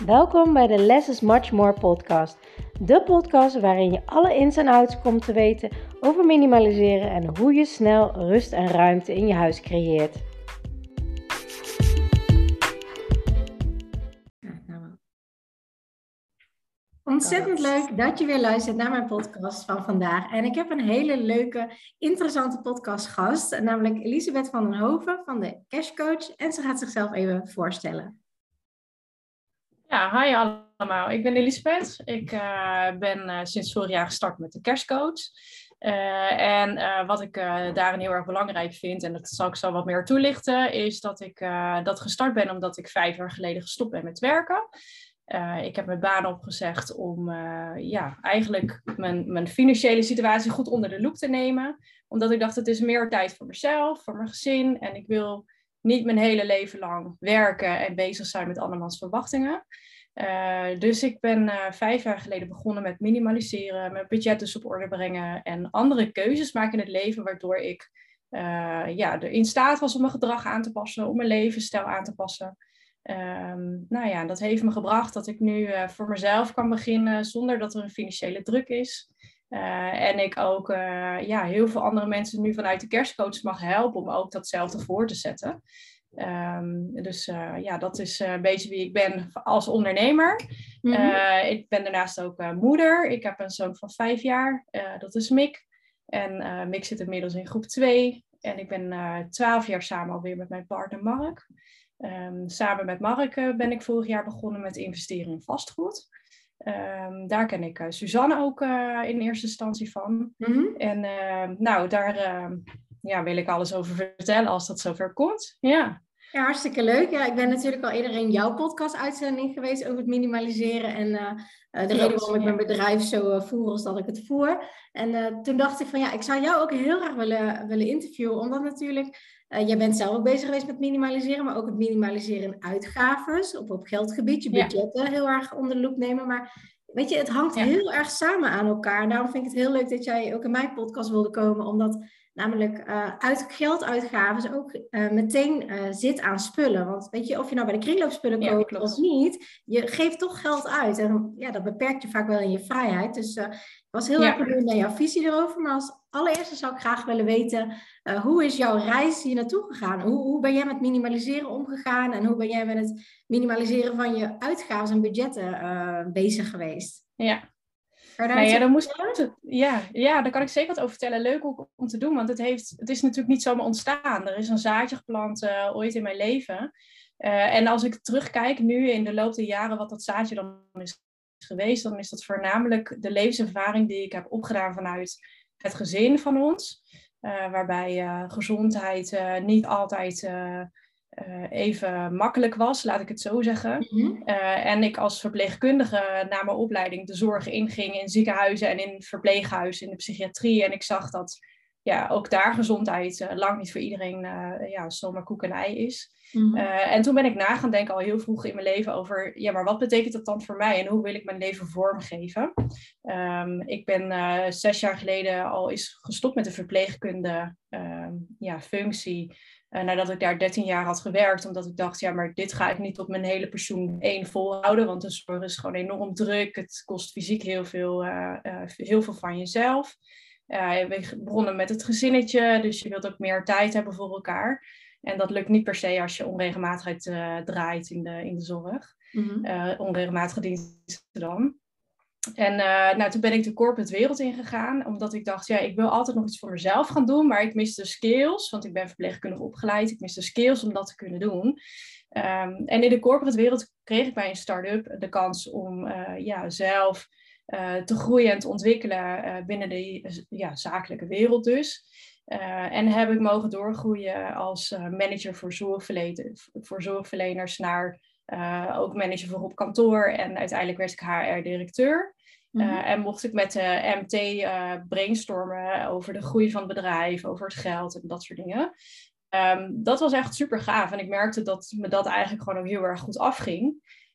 Welkom bij de Less is Much More podcast. De podcast waarin je alle ins en outs komt te weten over minimaliseren en hoe je snel rust en ruimte in je huis creëert. Ontzettend leuk dat je weer luistert naar mijn podcast van vandaag. En ik heb een hele leuke, interessante podcastgast, namelijk Elisabeth van den Hoven van de Cash Coach. En ze gaat zichzelf even voorstellen. Ja, hi allemaal. Ik ben Elisabeth. Ik ben sinds vorig jaar gestart met de Cash Coach. Wat ik daarin heel erg belangrijk vind, en dat zal ik zo wat meer toelichten, is dat ik dat gestart ben omdat ik 5 jaar geleden gestopt ben met werken. Ik heb mijn baan opgezegd om eigenlijk mijn financiële situatie goed onder de loep te nemen. Omdat ik dacht, het is meer tijd voor mezelf, voor mijn gezin. En ik wil niet mijn hele leven lang werken en bezig zijn met andermans verwachtingen. Dus ik ben 5 jaar geleden begonnen met minimaliseren, mijn budget dus op orde brengen en andere keuzes maken in het leven, waardoor ik er in staat was om mijn gedrag aan te passen, om mijn levensstijl aan te passen. Dat heeft me gebracht dat ik nu voor mezelf kan beginnen zonder dat er een financiële druk is. En ik ook heel veel andere mensen nu vanuit de Cash Coach mag helpen om ook datzelfde voor te zetten. Dat is een beetje wie ik ben als ondernemer. Mm-hmm. Ik ben daarnaast ook moeder. Ik heb een zoon van 5 jaar. Dat is Mick. En Mick zit inmiddels in groep 2. En ik ben 12 jaar samen alweer met mijn partner Mark. Samen met Mark ben ik vorig jaar begonnen met investeren in vastgoed. Daar ken ik Suzanne ook in eerste instantie van. Mm-hmm. En daar wil ik alles over vertellen als dat zover komt. Ja. Ja, hartstikke leuk. Ja, ik ben natuurlijk al eerder in jouw podcast-uitzending geweest over het minimaliseren. En de reden waarom ik mijn bedrijf zo voer is dat ik het voer. En toen dacht ik van ik zou jou ook heel graag willen interviewen. Omdat natuurlijk, jij bent zelf ook bezig geweest met minimaliseren. Maar ook het minimaliseren in uitgaves. Op geldgebied, je budgetten heel erg onder de loep nemen. Maar weet je, het hangt heel erg samen aan elkaar. En daarom vind ik het heel leuk dat jij ook in mijn podcast wilde komen. Omdat namelijk gelduitgaven ook meteen zit aan spullen. Want weet je, of je nou bij de kringloopspullen koopt of niet, je geeft toch geld uit. En dat beperkt je vaak wel in je vrijheid. Dus ik was heel erg benieuwd naar jouw visie erover. Maar als allereerste zou ik graag willen weten, hoe is jouw reis hier naartoe gegaan? Hoe ben jij met minimaliseren omgegaan? En hoe ben jij met het minimaliseren van je uitgaven en budgetten bezig geweest? Ja. Daar kan ik zeker wat over vertellen. Leuk om te doen, want het is natuurlijk niet zomaar ontstaan. Er is een zaadje geplant ooit in mijn leven. En als ik terugkijk nu in de loop der jaren wat dat zaadje dan is geweest, dan is dat voornamelijk de levenservaring die ik heb opgedaan vanuit het gezin van ons. Waarbij gezondheid niet altijd even makkelijk was, laat ik het zo zeggen. Mm-hmm. En ik als verpleegkundige na mijn opleiding de zorg inging in ziekenhuizen en in verpleeghuizen, in de psychiatrie. En ik zag dat ook daar gezondheid lang niet voor iedereen zomaar koek en ei is. Mm-hmm. En toen ben ik na gaan denken al heel vroeg in mijn leven over, maar wat betekent dat dan voor mij en hoe wil ik mijn leven vormgeven? Ik ben 6 jaar geleden al eens gestopt met de verpleegkunde functie. Nadat ik daar 13 jaar had gewerkt, omdat ik dacht, maar dit ga ik niet op mijn hele pensioen volhouden, want de zorg is gewoon enorm druk. Het kost fysiek heel veel van jezelf. We begonnen met het gezinnetje, dus je wilt ook meer tijd hebben voor elkaar. En dat lukt niet per se als je onregelmatigheid draait in de zorg. Mm-hmm. Onregelmatige diensten dan. En toen ben ik de corporate wereld ingegaan, omdat ik dacht, ik wil altijd nog iets voor mezelf gaan doen, maar ik mis de skills, want ik ben verpleegkundige opgeleid, ik mis de skills om dat te kunnen doen. En in de corporate wereld kreeg ik bij een start-up de kans om zelf te groeien en te ontwikkelen binnen de zakelijke wereld dus. En heb ik mogen doorgroeien als manager voor zorgverleners naar ook manager voor op kantoor. En uiteindelijk werd ik HR-directeur. Mm-hmm. En mocht ik met de MT brainstormen over de groei van het bedrijf, over het geld en dat soort dingen. Dat was echt super gaaf. En ik merkte dat me dat eigenlijk gewoon ook heel erg goed afging.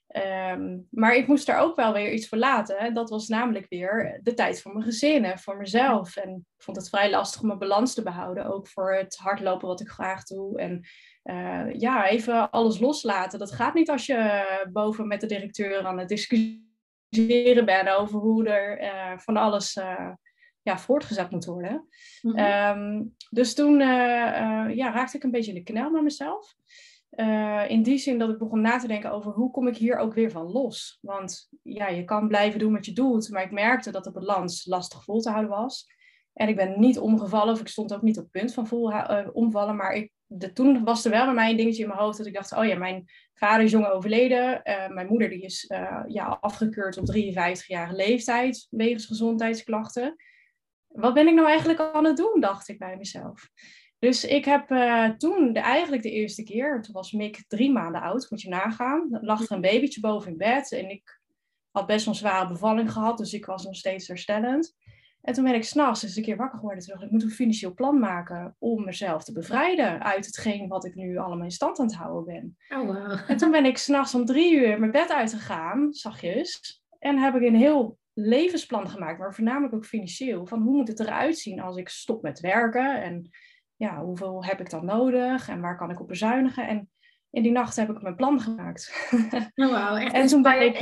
Maar ik moest er ook wel weer iets voor laten. Hè. Dat was namelijk weer de tijd voor mijn gezin en voor mezelf. En ik vond het vrij lastig om mijn balans te behouden. Ook voor het hardlopen wat ik graag doe. En even alles loslaten. Dat gaat niet als je boven met de directeur aan het discussiëren bent over hoe er van alles voortgezet moet worden. Dus toen raakte ik een beetje in de knel met mezelf. In die zin dat ik begon na te denken over hoe kom ik hier ook weer van los. Want je kan blijven doen wat je doet, maar ik merkte dat de balans lastig vol te houden was. En ik ben niet omgevallen, of ik stond ook niet op het punt van omvallen, maar toen was er wel bij mij een dingetje in mijn hoofd dat ik dacht, mijn vader is jong overleden. Mijn moeder die is afgekeurd op 53-jarige leeftijd wegens gezondheidsklachten. Wat ben ik nou eigenlijk aan het doen, dacht ik bij mezelf. Dus ik heb toen eigenlijk de eerste keer, toen was Mick 3 maanden oud, moet je nagaan. Dan lag er een babytje boven in bed en ik had best wel een zware bevalling gehad, dus ik was nog steeds herstellend. En toen ben ik 's nachts eens een keer wakker geworden. Toen dacht ik moet een financieel plan maken om mezelf te bevrijden uit hetgeen wat ik nu allemaal in stand aan het houden ben. Oh, wow. En toen ben ik 's nachts om 3 uur mijn bed uitgegaan, zachtjes. En heb ik een heel levensplan gemaakt, maar voornamelijk ook financieel. Van hoe moet het eruit zien als ik stop met werken en hoeveel heb ik dan nodig en waar kan ik op bezuinigen? En in die nacht heb ik mijn plan gemaakt. Oh, wow, echt. En toen ben ik...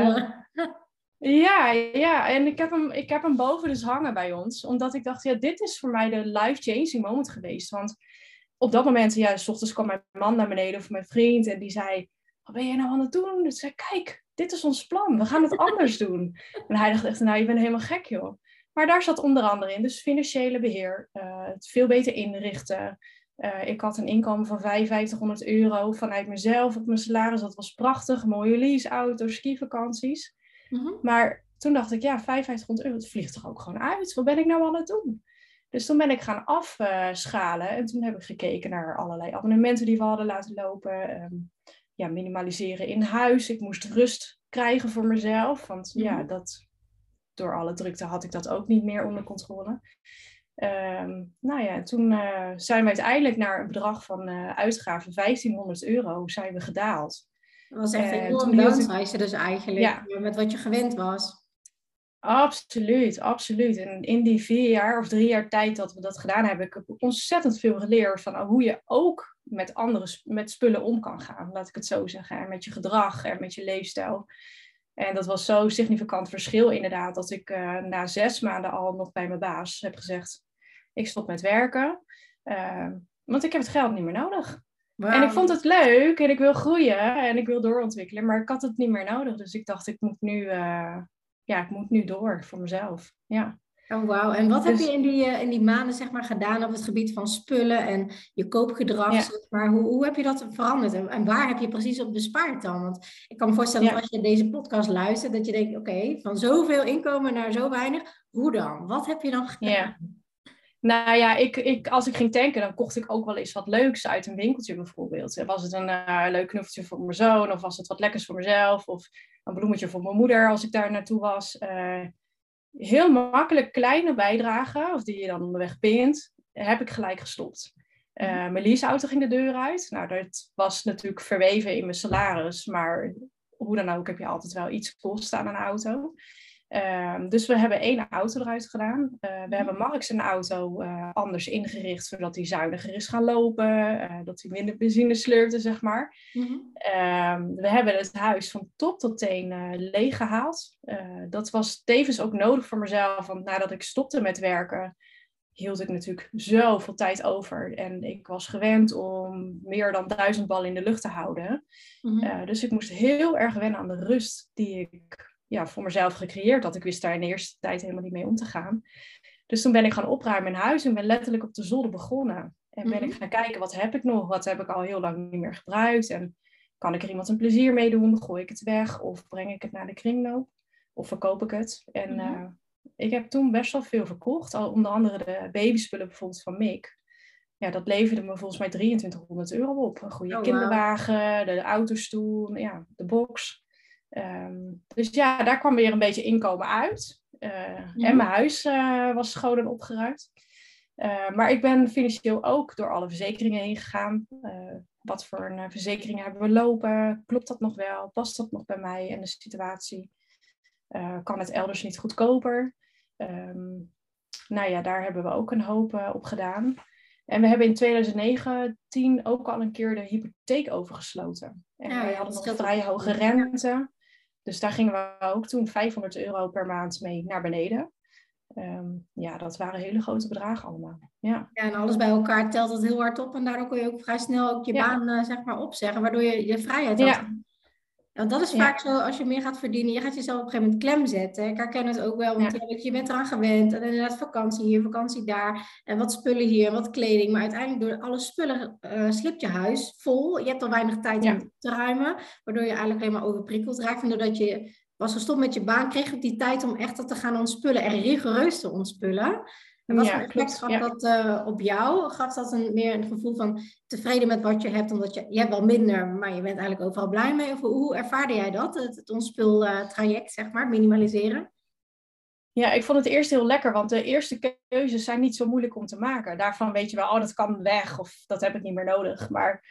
en ik heb hem boven dus hangen bij ons. Omdat ik dacht, dit is voor mij de life-changing moment geweest. Want op dat moment, 's ochtends kwam mijn man naar beneden of mijn vriend. En die zei, wat ben jij nou aan het doen? Dus ik zei, kijk, dit is ons plan. We gaan het anders doen. En hij dacht echt, je bent helemaal gek, joh. Maar daar zat onder andere in dus financiële beheer, het veel beter inrichten. Ik had een inkomen van €5500 vanuit mezelf op mijn salaris. Dat was prachtig, mooie leaseauto's, skivakanties. Maar toen dacht ik, €5500, het vliegt toch ook gewoon uit? Wat ben ik nou aan het doen? Dus toen ben ik gaan afschalen en toen heb ik gekeken naar allerlei abonnementen die we hadden laten lopen. Minimaliseren in huis. Ik moest rust krijgen voor mezelf, want door alle drukte had ik dat ook niet meer onder controle. Toen zijn we uiteindelijk naar een bedrag van uitgaven €1500 zijn we gedaald. Dat was echt een enorm downsize dus eigenlijk, met wat je gewend was. Absoluut, absoluut. En in die 4 jaar of 3 jaar tijd dat we dat gedaan hebben, heb ik ontzettend veel geleerd van hoe je ook met spullen om kan gaan, laat ik het zo zeggen. En met je gedrag en met je leefstijl. En dat was zo'n significant verschil inderdaad, dat ik na 6 maanden al nog bij mijn baas heb gezegd, ik stop met werken, want ik heb het geld niet meer nodig. Wow. En ik vond het leuk en ik wil groeien en ik wil doorontwikkelen, maar ik had het niet meer nodig. Dus ik dacht, ik moet nu door voor mezelf. Ja. Oh, wauw. En wat heb je in die maanden zeg maar, gedaan op het gebied van spullen en je koopgedrag? Ja. Zeg maar, hoe heb je dat veranderd en waar heb je precies op bespaard dan? Want ik kan me voorstellen dat als je deze podcast luistert, dat je denkt, oké, van zoveel inkomen naar zo weinig, hoe dan? Wat heb je dan gedaan? Ja. Nou ja, als ik ging tanken, dan kocht ik ook wel eens wat leuks uit een winkeltje bijvoorbeeld. Was het een leuk knuffeltje voor mijn zoon, of was het wat lekkers voor mezelf, of een bloemetje voor mijn moeder als ik daar naartoe was. Heel makkelijk kleine bijdragen, of die je dan onderweg pint, heb ik gelijk gestopt. Mijn leaseauto ging de deur uit. Nou, dat was natuurlijk verweven in mijn salaris, maar hoe dan ook heb je altijd wel iets kosten aan een auto. Dus we hebben 1 auto eruit gedaan. We hebben Mark zijn auto anders ingericht, zodat hij zuiniger is gaan lopen. Dat hij minder benzine slurpte, zeg maar. We hebben het huis van top tot teen leeg gehaald. Dat was tevens ook nodig voor mezelf. Want nadat ik stopte met werken, hield ik natuurlijk zoveel tijd over. En ik was gewend om meer dan 1000 ballen in de lucht te houden. Dus ik moest heel erg wennen aan de rust die ik voor mezelf gecreëerd had. Ik wist daar in de eerste tijd helemaal niet mee om te gaan. Dus toen ben ik gaan opruimen in huis en ben letterlijk op de zolder begonnen. En ben ik gaan kijken, wat heb ik nog? Wat heb ik al heel lang niet meer gebruikt? En kan ik er iemand een plezier mee doen? Gooi ik het weg? Of breng ik het naar de kringloop? Of verkoop ik het? En ik heb toen best wel veel verkocht. Onder andere de babyspullen bijvoorbeeld van Mick. Ja, dat leverde me volgens mij €2300 op. Een goede kinderwagen, de autostoel, de box. Dus daar kwam weer een beetje inkomen uit. En mijn huis was schoon en opgeruimd. Maar ik ben financieel ook door alle verzekeringen heen gegaan. wat voor een verzekering hebben we lopen? Klopt dat nog wel? Past dat nog bij mij en de situatie? Kan het elders niet goedkoper? Nou ja, daar hebben we ook een hoop op gedaan. En we hebben in 2019 ook al een keer de hypotheek overgesloten. En wij hadden nog een vrij hoge rente. Ja. Dus daar gingen we ook toen €500 per maand mee naar beneden. Ja, dat waren hele grote bedragen allemaal. Ja, en alles bij elkaar telt het heel hard op. En daardoor kun je ook vrij snel ook je baan zeg maar opzeggen. Waardoor je je vrijheid had. Ja. Want dat is vaak zo, als je meer gaat verdienen, je gaat jezelf op een gegeven moment klem zetten. Ik herken het ook wel, want je bent eraan gewend. En inderdaad vakantie hier, vakantie daar. En wat spullen hier, en wat kleding. Maar uiteindelijk door alle spullen slipt je huis vol. Je hebt al weinig tijd om te ruimen. Waardoor je eigenlijk alleen maar overprikkeld raakt. En doordat je was gestopt met je baan, kreeg je ook die tijd om echt te gaan ontspullen. En rigoureus te ontspullen. En wat voor effect gaf dat op jou? Gaf dat meer een gevoel van tevreden met wat je hebt? Omdat je hebt wel minder, maar je bent eigenlijk overal blij mee. Of hoe ervaarde jij dat? Het ontspultraject, zeg maar, minimaliseren? Ja, ik vond het eerst heel lekker, want de eerste keuzes zijn niet zo moeilijk om te maken. Daarvan weet je wel, dat kan weg of dat heb ik niet meer nodig. Maar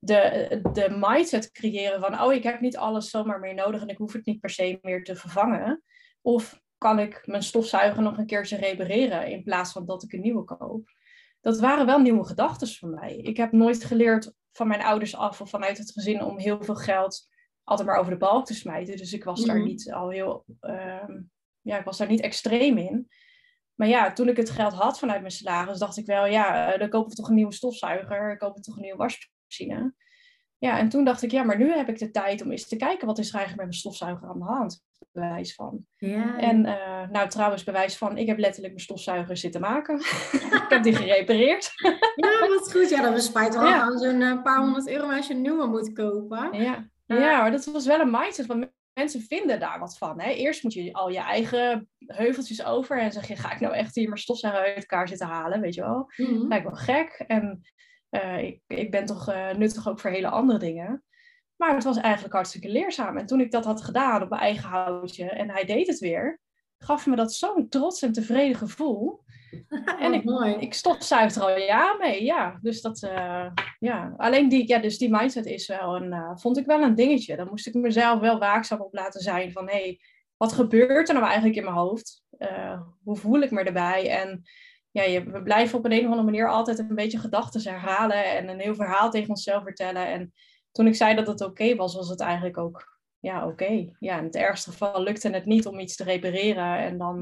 de mindset creëren van, ik heb niet alles zomaar meer nodig en ik hoef het niet per se meer te vervangen. Of kan ik mijn stofzuiger nog een keertje repareren in plaats van dat ik een nieuwe koop. Dat waren wel nieuwe gedachten voor mij. Ik heb nooit geleerd van mijn ouders af of vanuit het gezin om heel veel geld altijd maar over de balk te smijten. Dus ik was daar niet al heel... ik was daar niet extreem in. Maar ja, toen ik het geld had vanuit mijn salaris, dacht ik wel, dan kopen we toch een nieuwe stofzuiger, kopen we toch een nieuwe wasmachine. Ja, en toen dacht ik, maar nu heb ik de tijd om eens te kijken wat is er eigenlijk met mijn stofzuiger aan de hand. Bewijs van. Ja. En trouwens, bewijs van, ik heb letterlijk mijn stofzuiger zitten maken. Ik heb die gerepareerd. Ja, wat goed. Ja, dat bespaart wel aan zo'n paar €100 als je een nieuwe moet kopen. Ja, maar dat was wel een mindset, want mensen vinden daar wat van. Hè? Eerst moet je al je eigen heuveltjes over en zeg je, ga ik nou echt hier mijn stofzuiger uit elkaar zitten halen, weet je wel. Lijkt wel gek. En ik ben toch nuttig ook voor hele andere dingen. Maar het was eigenlijk hartstikke leerzaam. En toen ik dat had gedaan op mijn eigen houtje en hij deed het weer, gaf me dat zo'n trots en tevreden gevoel. En ik stofzuigde er al jaar mee, ja. Dus dat, alleen dus die mindset is wel vond ik wel een dingetje. Dan moest ik mezelf wel waakzaam op laten zijn van, wat gebeurt er nou eigenlijk in mijn hoofd? Hoe voel ik me erbij? En we blijven op een of andere manier altijd een beetje gedachten herhalen en een heel verhaal tegen onszelf vertellen. En toen ik zei dat het oké was, was het eigenlijk ook oké. Ja, in het ergste geval lukte het niet om iets te repareren. En dan,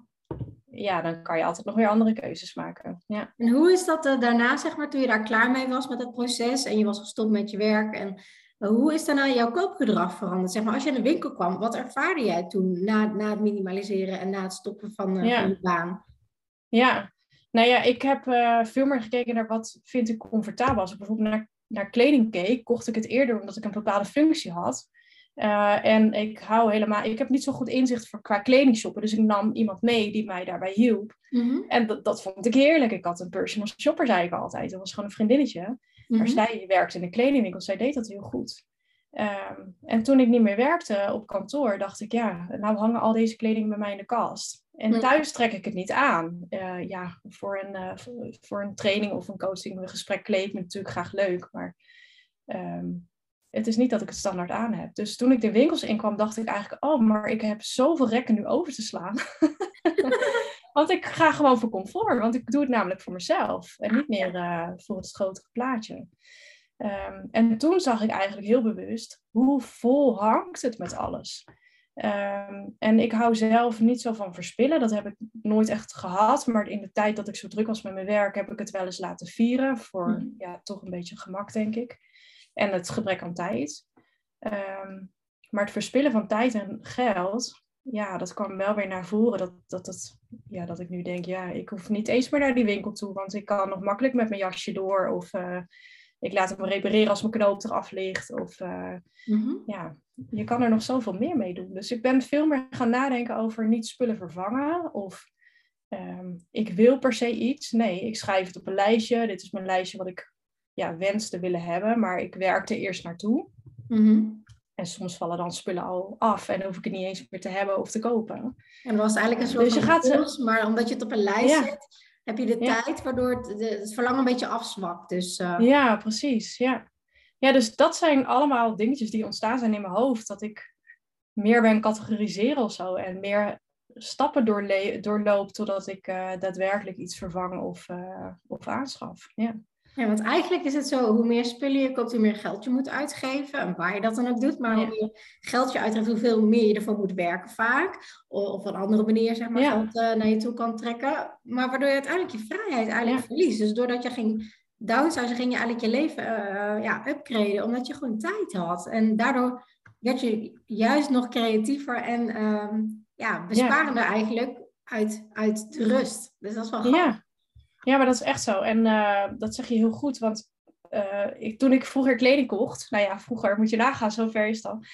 dan kan je altijd nog weer andere keuzes maken. Ja. En hoe is dat daarna, zeg maar, toen je daar klaar mee was met het proces en je was gestopt met je werk? En hoe is daarna jouw koopgedrag veranderd? Zeg maar, als je in de winkel kwam, wat ervaarde jij toen na het minimaliseren en na het stoppen van je baan? Ja, ik heb veel meer gekeken naar wat vind ik comfortabel. Als ik bijvoorbeeld naar kleding keek, kocht ik het eerder omdat ik een bepaalde functie had. En ik heb niet zo goed inzicht qua kleding shoppen. Dus ik nam iemand mee die mij daarbij hielp. En dat vond ik heerlijk. Ik had een personal shopper, zei ik altijd. Dat was gewoon een vriendinnetje. Maar zij werkte in de kledingwinkel. Zij deed dat heel goed. En toen ik niet meer werkte op kantoor, dacht ik, nou hangen al deze kleding bij mij in de kast. En thuis trek ik het niet aan. Voor een training of een coaching, een gesprek kleed me natuurlijk graag leuk. Maar het is niet dat ik het standaard aan heb. Dus toen ik de winkels inkwam, dacht ik eigenlijk, maar ik heb zoveel rekken nu over te slaan. Want ik ga gewoon voor comfort. Want ik doe het namelijk voor mezelf. En niet meer voor het grotere plaatje. En toen zag ik eigenlijk heel bewust hoe vol hangt het met alles. En ik hou zelf niet zo van verspillen. Dat heb ik nooit echt gehad. Maar in de tijd dat ik zo druk was met mijn werk, heb ik het wel eens laten vieren. Voor toch een beetje gemak, denk ik. En het gebrek aan tijd. Maar het verspillen van tijd en geld, dat kwam wel weer naar voren. Dat ik nu denk, ik hoef niet eens meer naar die winkel toe. Want ik kan nog makkelijk met mijn jasje door. Of ik laat hem repareren als mijn knoop eraf ligt. Of je kan er nog zoveel meer mee doen. Dus ik ben veel meer gaan nadenken over niet spullen vervangen. Of ik wil per se iets. Nee, ik schrijf het op een lijstje. Dit is mijn lijstje wat ik wens te willen hebben. Maar ik werk er eerst naartoe. En soms vallen dan spullen al af. En dan hoef ik het niet eens meer te hebben of te kopen. En dat was eigenlijk een soort van impuls, maar omdat je het op een lijst zet, heb je de tijd waardoor het verlangen een beetje afzwakt. Dus, Ja, precies. Ja. Ja, dus dat zijn allemaal dingetjes die ontstaan zijn in mijn hoofd. Dat ik meer ben categoriseren of zo. En meer stappen doorloop totdat ik daadwerkelijk iets vervang of aanschaf. Ja. Ja, want eigenlijk is het zo, hoe meer spullen je koopt, hoe meer geld je moet uitgeven. En waar je dat dan ook doet. Maar hoe Ja. meer geld je uitgeeft, hoeveel meer je ervoor moet werken vaak. Of op een andere manier, zeg maar, Ja. geld naar je toe kan trekken. Maar waardoor je uiteindelijk je vrijheid eigenlijk verliest. Dus doordat je ging downsizen, ging je eigenlijk je leven upgraden. Omdat je gewoon tijd had. En daardoor werd je juist nog creatiever en besparender eigenlijk uit de rust. Dus dat is wel grappig. Ja, maar dat is echt zo. En dat zeg je heel goed. Want toen ik vroeger kleding kocht... Nou ja, vroeger moet je nagaan, zover is het dan.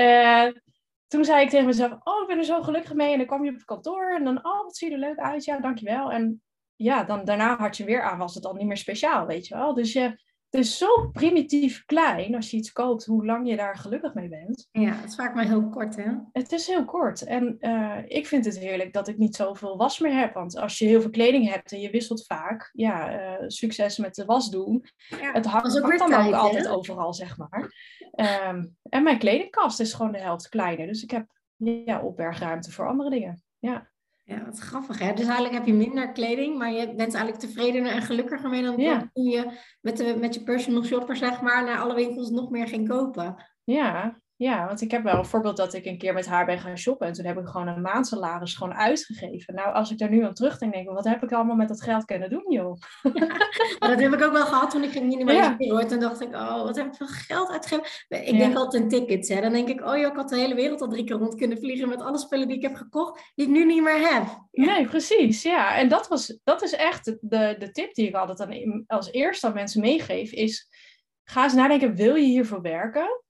Toen zei ik tegen mezelf... Oh, ik ben er zo gelukkig mee. En dan kwam je op het kantoor. En dan, oh, wat zie je er leuk uit. Ja, dankjewel. En ja, dan daarna had je weer aan. Was het dan niet meer speciaal, weet je wel. Dus het is zo primitief klein als je iets koopt, hoe lang je daar gelukkig mee bent. Ja, het is vaak maar heel kort, hè? Het is heel kort. En ik vind het heerlijk dat ik niet zoveel was meer heb. Want als je heel veel kleding hebt en je wisselt vaak, succes met de was doen. Ja, Het hangt ook weer dan tijd, ook altijd hè? overal, zeg maar. En mijn kledingkast is gewoon de helft kleiner. Dus ik heb opbergruimte voor andere dingen. Ja. Ja, wat grappig, hè? Dus eigenlijk heb je minder kleding, maar je bent eigenlijk tevredener en gelukkiger mee dan toen je met je personal shopper, zeg maar, naar alle winkels nog meer ging kopen. Ja, want ik heb wel een voorbeeld dat ik een keer met haar ben gaan shoppen. En toen heb ik gewoon een maandsalaris gewoon uitgegeven. Nou, als ik daar nu aan terugdenk, denk ik, wat heb ik allemaal met dat geld kunnen doen, joh? Maar dat heb ik ook wel gehad toen ik ging minimaliseren, hoor. Toen dacht ik, oh, wat heb ik veel geld uitgegeven. Ik denk altijd in tickets, hè. Dan denk ik, oh joh, ik had de hele wereld al 3 keer rond kunnen vliegen met alle spullen die ik heb gekocht, die ik nu niet meer heb. Nee, precies, ja. En dat is echt de tip die ik altijd dan als eerste aan mensen meegeef, is ga eens nadenken, wil je hiervoor werken?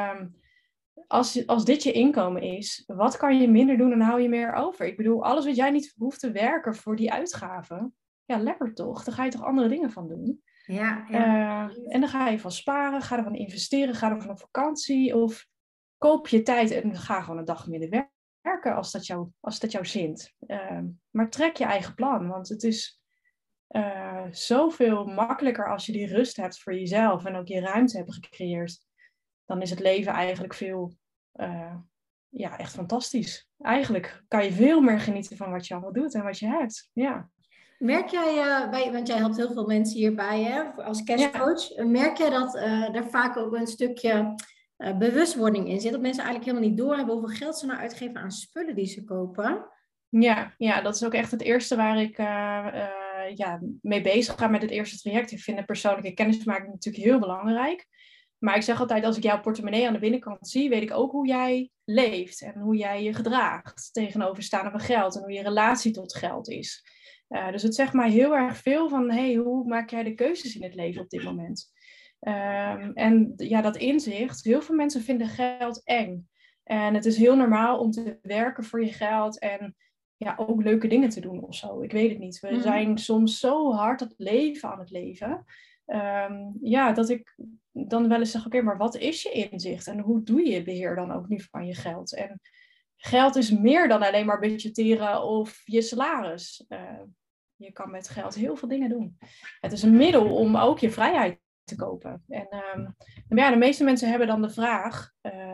Als dit je inkomen is, wat kan je minder doen en hou je meer over? Ik bedoel, alles wat jij niet hoeft te werken voor die uitgaven, ja, lekker toch? Daar ga je toch andere dingen van doen? Ja. En dan ga je van sparen, ga ervan investeren, ga ervan op vakantie of koop je tijd en ga gewoon een dag minder werken als dat jou zint. Maar trek je eigen plan, want het is zoveel makkelijker als je die rust hebt voor jezelf en ook je ruimte hebt gecreëerd. Dan is het leven eigenlijk veel, echt fantastisch. Eigenlijk kan je veel meer genieten van wat je allemaal doet en wat je hebt. Ja. Merk jij, want jij helpt heel veel mensen hierbij, hè, als cashcoach. Merk jij dat er vaak ook een stukje bewustwording in zit? Dat mensen eigenlijk helemaal niet doorhebben hoeveel geld ze nou uitgeven aan spullen die ze kopen? Ja, dat is ook echt het eerste waar ik mee bezig ga met het eerste traject. Ik vind de persoonlijke kennismaking natuurlijk heel belangrijk. Maar ik zeg altijd, als ik jouw portemonnee aan de binnenkant zie, weet ik ook hoe jij leeft en hoe jij je gedraagt tegenover staande geld en hoe je relatie tot geld is. Dus het zegt mij heel erg veel van, hoe maak jij de keuzes in het leven op dit moment? En dat inzicht, heel veel mensen vinden geld eng. En het is heel normaal om te werken voor je geld en ook leuke dingen te doen of zo. Ik weet het niet. We zijn soms zo hard het leven aan het leven. Dat ik dan wel eens zeg, oké, maar wat is je inzicht? En hoe doe je beheer dan ook nu van je geld? En geld is meer dan alleen maar budgetteren of je salaris. Je kan met geld heel veel dingen doen. Het is een middel om ook je vrijheid te kopen. En de meeste mensen hebben dan de vraag,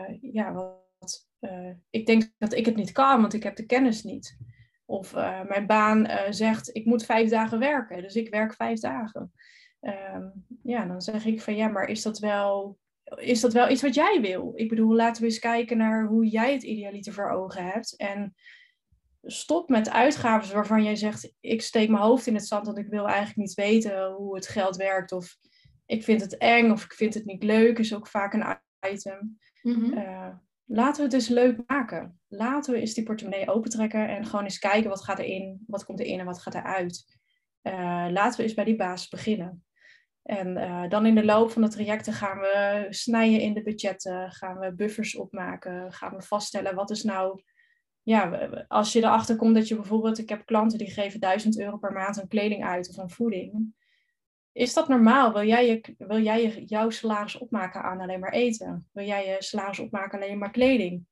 ik denk dat ik het niet kan, want ik heb de kennis niet. Of mijn baan zegt, ik moet 5 dagen werken, dus ik werk 5 dagen. Dan zeg ik van maar is dat wel iets wat jij wil? Ik bedoel, laten we eens kijken naar hoe jij het idealiter voor ogen hebt. En stop met uitgaven waarvan jij zegt, ik steek mijn hoofd in het zand, want ik wil eigenlijk niet weten hoe het geld werkt. Of ik vind het eng, of ik vind het niet leuk, is ook vaak een item. Laten we het dus leuk maken. Laten we eens die portemonnee opentrekken en gewoon eens kijken wat gaat erin, wat komt erin en wat gaat eruit. Laten we eens bij die basis beginnen. En dan in de loop van de trajecten gaan we snijden in de budgetten, gaan we buffers opmaken, gaan we vaststellen wat is nou... als je erachter komt dat je bijvoorbeeld... Ik heb klanten die geven €1000 per maand aan kleding uit of aan voeding. Is dat normaal? Wil jij jouw salaris opmaken aan alleen maar eten? Wil jij je salaris opmaken alleen maar kleding?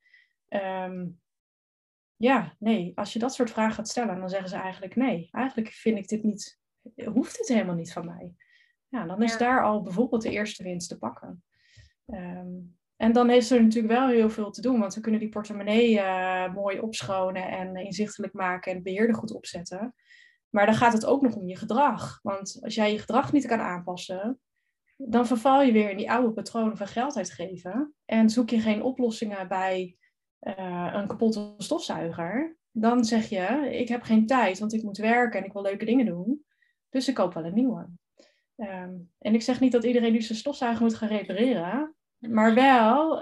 Nee. Als je dat soort vragen gaat stellen, dan zeggen ze eigenlijk nee. Eigenlijk vind ik dit niet... Hoeft het helemaal niet van mij. Ja, dan is daar al bijvoorbeeld de eerste winst te pakken. En dan is er natuurlijk wel heel veel te doen, want we kunnen die portemonnee mooi opschonen en inzichtelijk maken en het beheer er goed opzetten. Maar dan gaat het ook nog om je gedrag. Want als jij je gedrag niet kan aanpassen, dan verval je weer in die oude patronen van geld uitgeven. En zoek je geen oplossingen bij een kapotte stofzuiger. Dan zeg je, ik heb geen tijd, want ik moet werken en ik wil leuke dingen doen. Dus ik koop wel een nieuwe. En ik zeg niet dat iedereen nu zijn stofzuiger moet gaan repareren. Maar wel,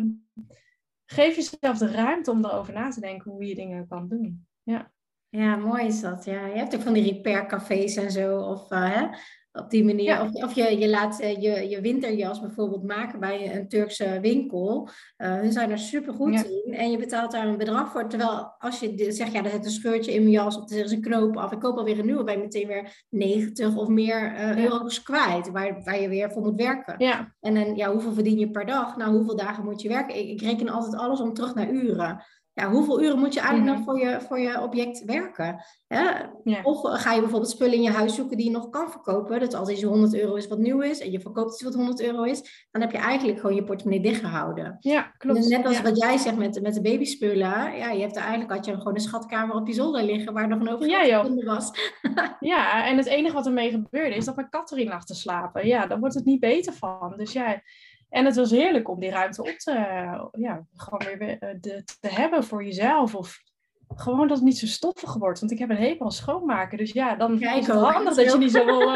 geef jezelf de ruimte om erover na te denken hoe je dingen kan doen. Ja. Ja, mooi is dat. Ja. Je hebt ook van die repaircafés en zo. Of op die manier. Ja. Of je laat je winterjas bijvoorbeeld maken bij een Turkse winkel. Hun zijn er super goed in. En je betaalt daar een bedrag voor. Terwijl als je zegt, ja, er zit een scheurtje in mijn jas. Of er is een knoop af. Ik koop alweer een nieuwe. Ben je meteen weer 90 of meer euro's kwijt. Waar je weer voor moet werken. Ja. En dan, ja, hoeveel verdien je per dag? Nou, hoeveel dagen moet je werken? Ik reken altijd alles om terug naar uren. Ja, hoeveel uren moet je eigenlijk nog voor je object werken? Ja? Of ga je bijvoorbeeld spullen in je huis zoeken die je nog kan verkopen. Dat als iets 100 euro is wat nieuw is en je verkoopt iets wat 100 euro is, dan heb je eigenlijk gewoon je portemonnee dichtgehouden. Ja, klopt. Dus net als wat jij zegt met de babyspullen. Ja, je hebt eigenlijk had je gewoon een schatkamer op je zolder liggen waar nog een hoop geld te vinden was. Ja, en het enige wat ermee gebeurde is dat mijn kat erin lag te slapen. Ja, daar wordt het niet beter van. Dus ja. En het was heerlijk om die ruimte op gewoon weer te hebben voor jezelf. Of gewoon dat het niet zo stoffig wordt. Want ik heb een hekel aan schoonmaken. Dus ja, dan is het handig dat je niet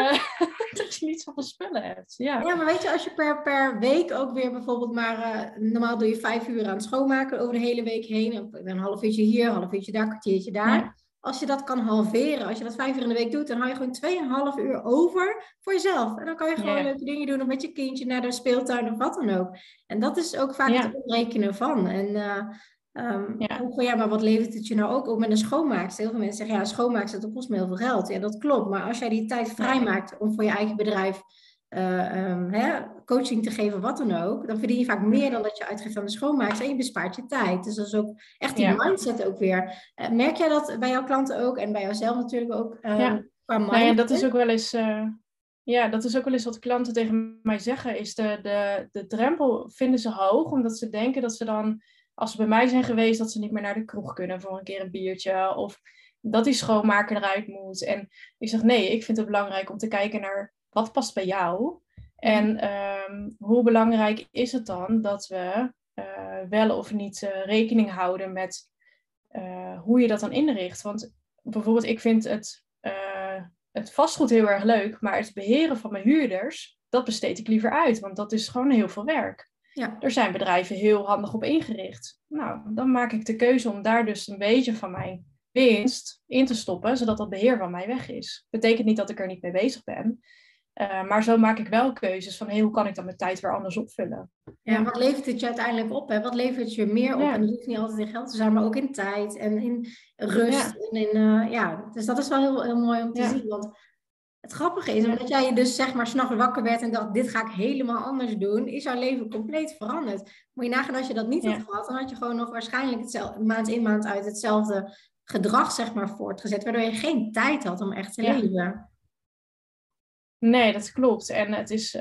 zoveel spullen hebt. Ja, maar weet je, als je per week ook weer bijvoorbeeld maar... normaal doe je 5 uur aan het schoonmaken over de hele week heen. Een half uurtje hier, een half uurtje daar, een kwartiertje daar. Ja. Als je dat kan halveren, als je dat 5 uur in de week doet, dan hou je gewoon 2,5 uur over voor jezelf. En dan kan je gewoon leuke dingen doen of met je kindje naar de speeltuin of wat dan ook. En dat is ook vaak het oprekenen van. En maar wat levert het je nou ook met een schoonmaakster? Heel veel mensen zeggen, ja, een schoonmaakster, dat kost me heel veel geld. Ja, dat klopt. Maar als jij die tijd vrijmaakt om voor je eigen bedrijf coaching te geven, wat dan ook, dan verdien je vaak meer dan dat je uitgeeft aan de schoonmaakster en je bespaart je tijd. Dus dat is ook echt die mindset ook weer. Merk jij dat bij jouw klanten ook en bij jouzelf natuurlijk ook? Qua mindset? Nou ja, dat is ook wel eens... dat is ook wel eens wat klanten tegen mij zeggen, is de drempel vinden ze hoog, omdat ze denken dat ze dan, als ze bij mij zijn geweest, dat ze niet meer naar de kroeg kunnen voor een keer een biertje, of dat die schoonmaker eruit moet. En ik zeg, nee, ik vind het belangrijk om te kijken naar wat past bij jou. En hoe belangrijk is het dan dat we wel of niet rekening houden met hoe je dat dan inricht. Want bijvoorbeeld, ik vind het vastgoed heel erg leuk, maar het beheren van mijn huurders, dat besteed ik liever uit, want dat is gewoon heel veel werk. Ja. Er zijn bedrijven heel handig op ingericht. Nou, dan maak ik de keuze om daar dus een beetje van mijn winst in te stoppen, zodat dat beheer van mij weg is. Betekent niet dat ik er niet mee bezig ben, maar zo maak ik wel keuzes van, hoe kan ik dan mijn tijd weer anders opvullen? Ja, wat levert het je uiteindelijk op? Hè? Wat levert je meer op? En dat hoeft niet altijd in geld te zijn, maar ook in tijd en in rust. Ja. En dus dat is wel heel, heel mooi om te zien. Want het grappige is, omdat jij je dus zeg maar 's nachts wakker werd en dacht, dit ga ik helemaal anders doen, is jouw leven compleet veranderd. Moet je nagaan, als je dat niet had gehad, dan had je gewoon nog waarschijnlijk hetzelfde, maand in maand uit hetzelfde gedrag zeg maar voortgezet, waardoor je geen tijd had om echt te leven. Nee, dat klopt. En het is...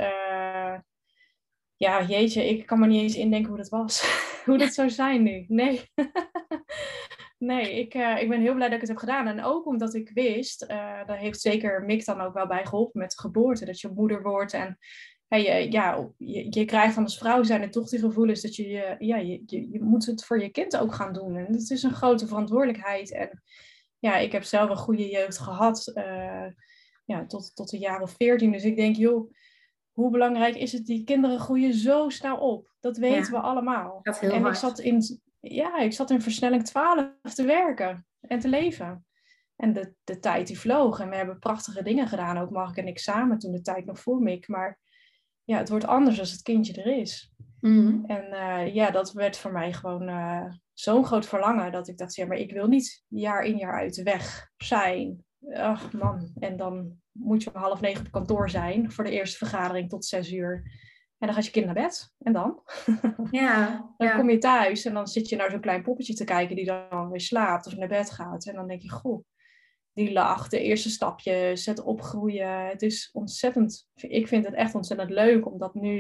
jeetje, ik kan me niet eens indenken hoe dat was. Hoe dat zou zijn nu. Nee. Nee, ik ben heel blij dat ik het heb gedaan. En ook omdat ik wist, daar heeft zeker Mick dan ook wel bij geholpen met de geboorte. Dat je moeder wordt en je krijgt dan als vrouw zijn er toch die gevoelens dat je moet het voor je kind ook gaan doen. En dat is een grote verantwoordelijkheid. En ja, ik heb zelf een goede jeugd gehad. Tot een jaar of 14. Dus ik denk, joh, hoe belangrijk is het? Die kinderen groeien zo snel op. Dat weten we allemaal. Dat heel hard. Ik zat in versnelling 12 te werken en te leven. En de tijd die vloog. En we hebben prachtige dingen gedaan. Ook Mark en ik samen toen de tijd nog voor Mick. Maar ja, het wordt anders als het kindje er is. Mm-hmm. En dat werd voor mij gewoon zo'n groot verlangen. Dat ik dacht, maar ik wil niet jaar in jaar uit de weg zijn. Ach man, en dan moet je om 8:30 op kantoor zijn voor de eerste vergadering tot 6:00. En dan gaat je kind naar bed. En dan? Dan kom je thuis en dan zit je naar zo'n klein poppetje te kijken die dan weer slaapt of naar bed gaat. En dan denk je, goh, die lach, de eerste stapjes, het opgroeien. Het is ontzettend, ik vind het echt ontzettend leuk om dat nu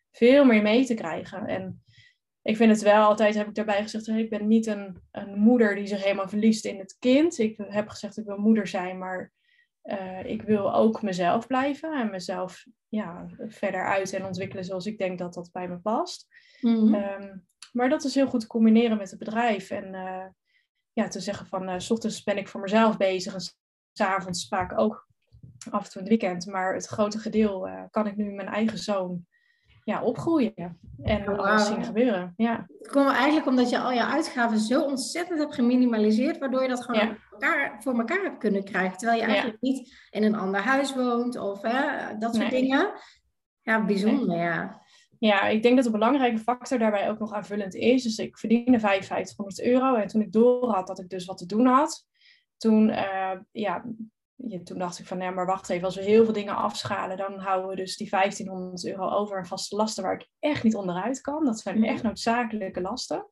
veel meer mee te krijgen. En ik vind het wel, altijd heb ik daarbij gezegd, ik ben niet een moeder die zich helemaal verliest in het kind. Ik heb gezegd, ik wil moeder zijn, maar ik wil ook mezelf blijven en mezelf verder uit en ontwikkelen zoals ik denk dat dat bij me past. Maar dat is heel goed te combineren met het bedrijf. En te zeggen van, 's ochtends ben ik voor mezelf bezig en 's avonds vaak ook af en toe in het weekend. Maar het grote gedeel kan ik nu mijn eigen zoon opgroeien en alles zien gebeuren. Ja. Het komt eigenlijk omdat je al je uitgaven zo ontzettend hebt geminimaliseerd, waardoor je dat gewoon voor elkaar hebt kunnen krijgen. Terwijl je eigenlijk niet in een ander huis woont of dat soort dingen. Ja, bijzonder, ja. Ja, ik denk dat een belangrijke factor daarbij ook nog aanvullend is. Dus ik verdiende €5500 en toen ik door had dat ik dus wat te doen had, toen dacht ik van, maar wacht even, als we heel veel dingen afschalen, dan houden we dus die €1500 over aan vaste lasten waar ik echt niet onderuit kan. Dat zijn echt noodzakelijke lasten.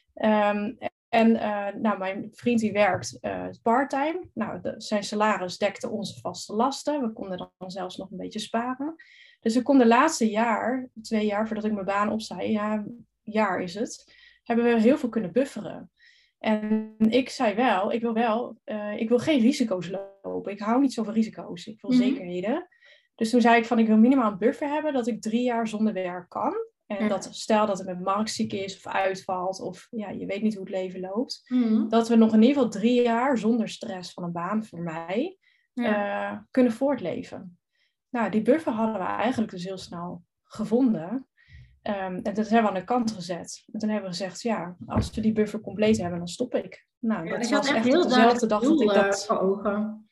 Mijn vriend die werkt parttime. Nou, zijn salaris dekte onze vaste lasten. We konden dan zelfs nog een beetje sparen. Dus ik kon de laatste 2 jaar voordat ik mijn baan opzei, jaar is het, hebben we heel veel kunnen bufferen. En ik zei wel, ik wil geen risico's lopen. Ik hou niet zoveel risico's. Ik wil zekerheden. Dus toen zei ik van, ik wil minimaal een buffer hebben dat ik 3 jaar zonder werk kan. En dat stel dat het met Mark ziek is of uitvalt of je weet niet hoe het leven loopt. Dat we nog in ieder geval 3 jaar zonder stress van een baan voor mij kunnen voortleven. Nou, die buffer hadden we eigenlijk dus heel snel gevonden. En dat hebben we aan de kant gezet. En toen hebben we gezegd, als we die buffer compleet hebben, dan stop ik. Nou, dat was echt heel dezelfde dag dat ik dat voor ogen.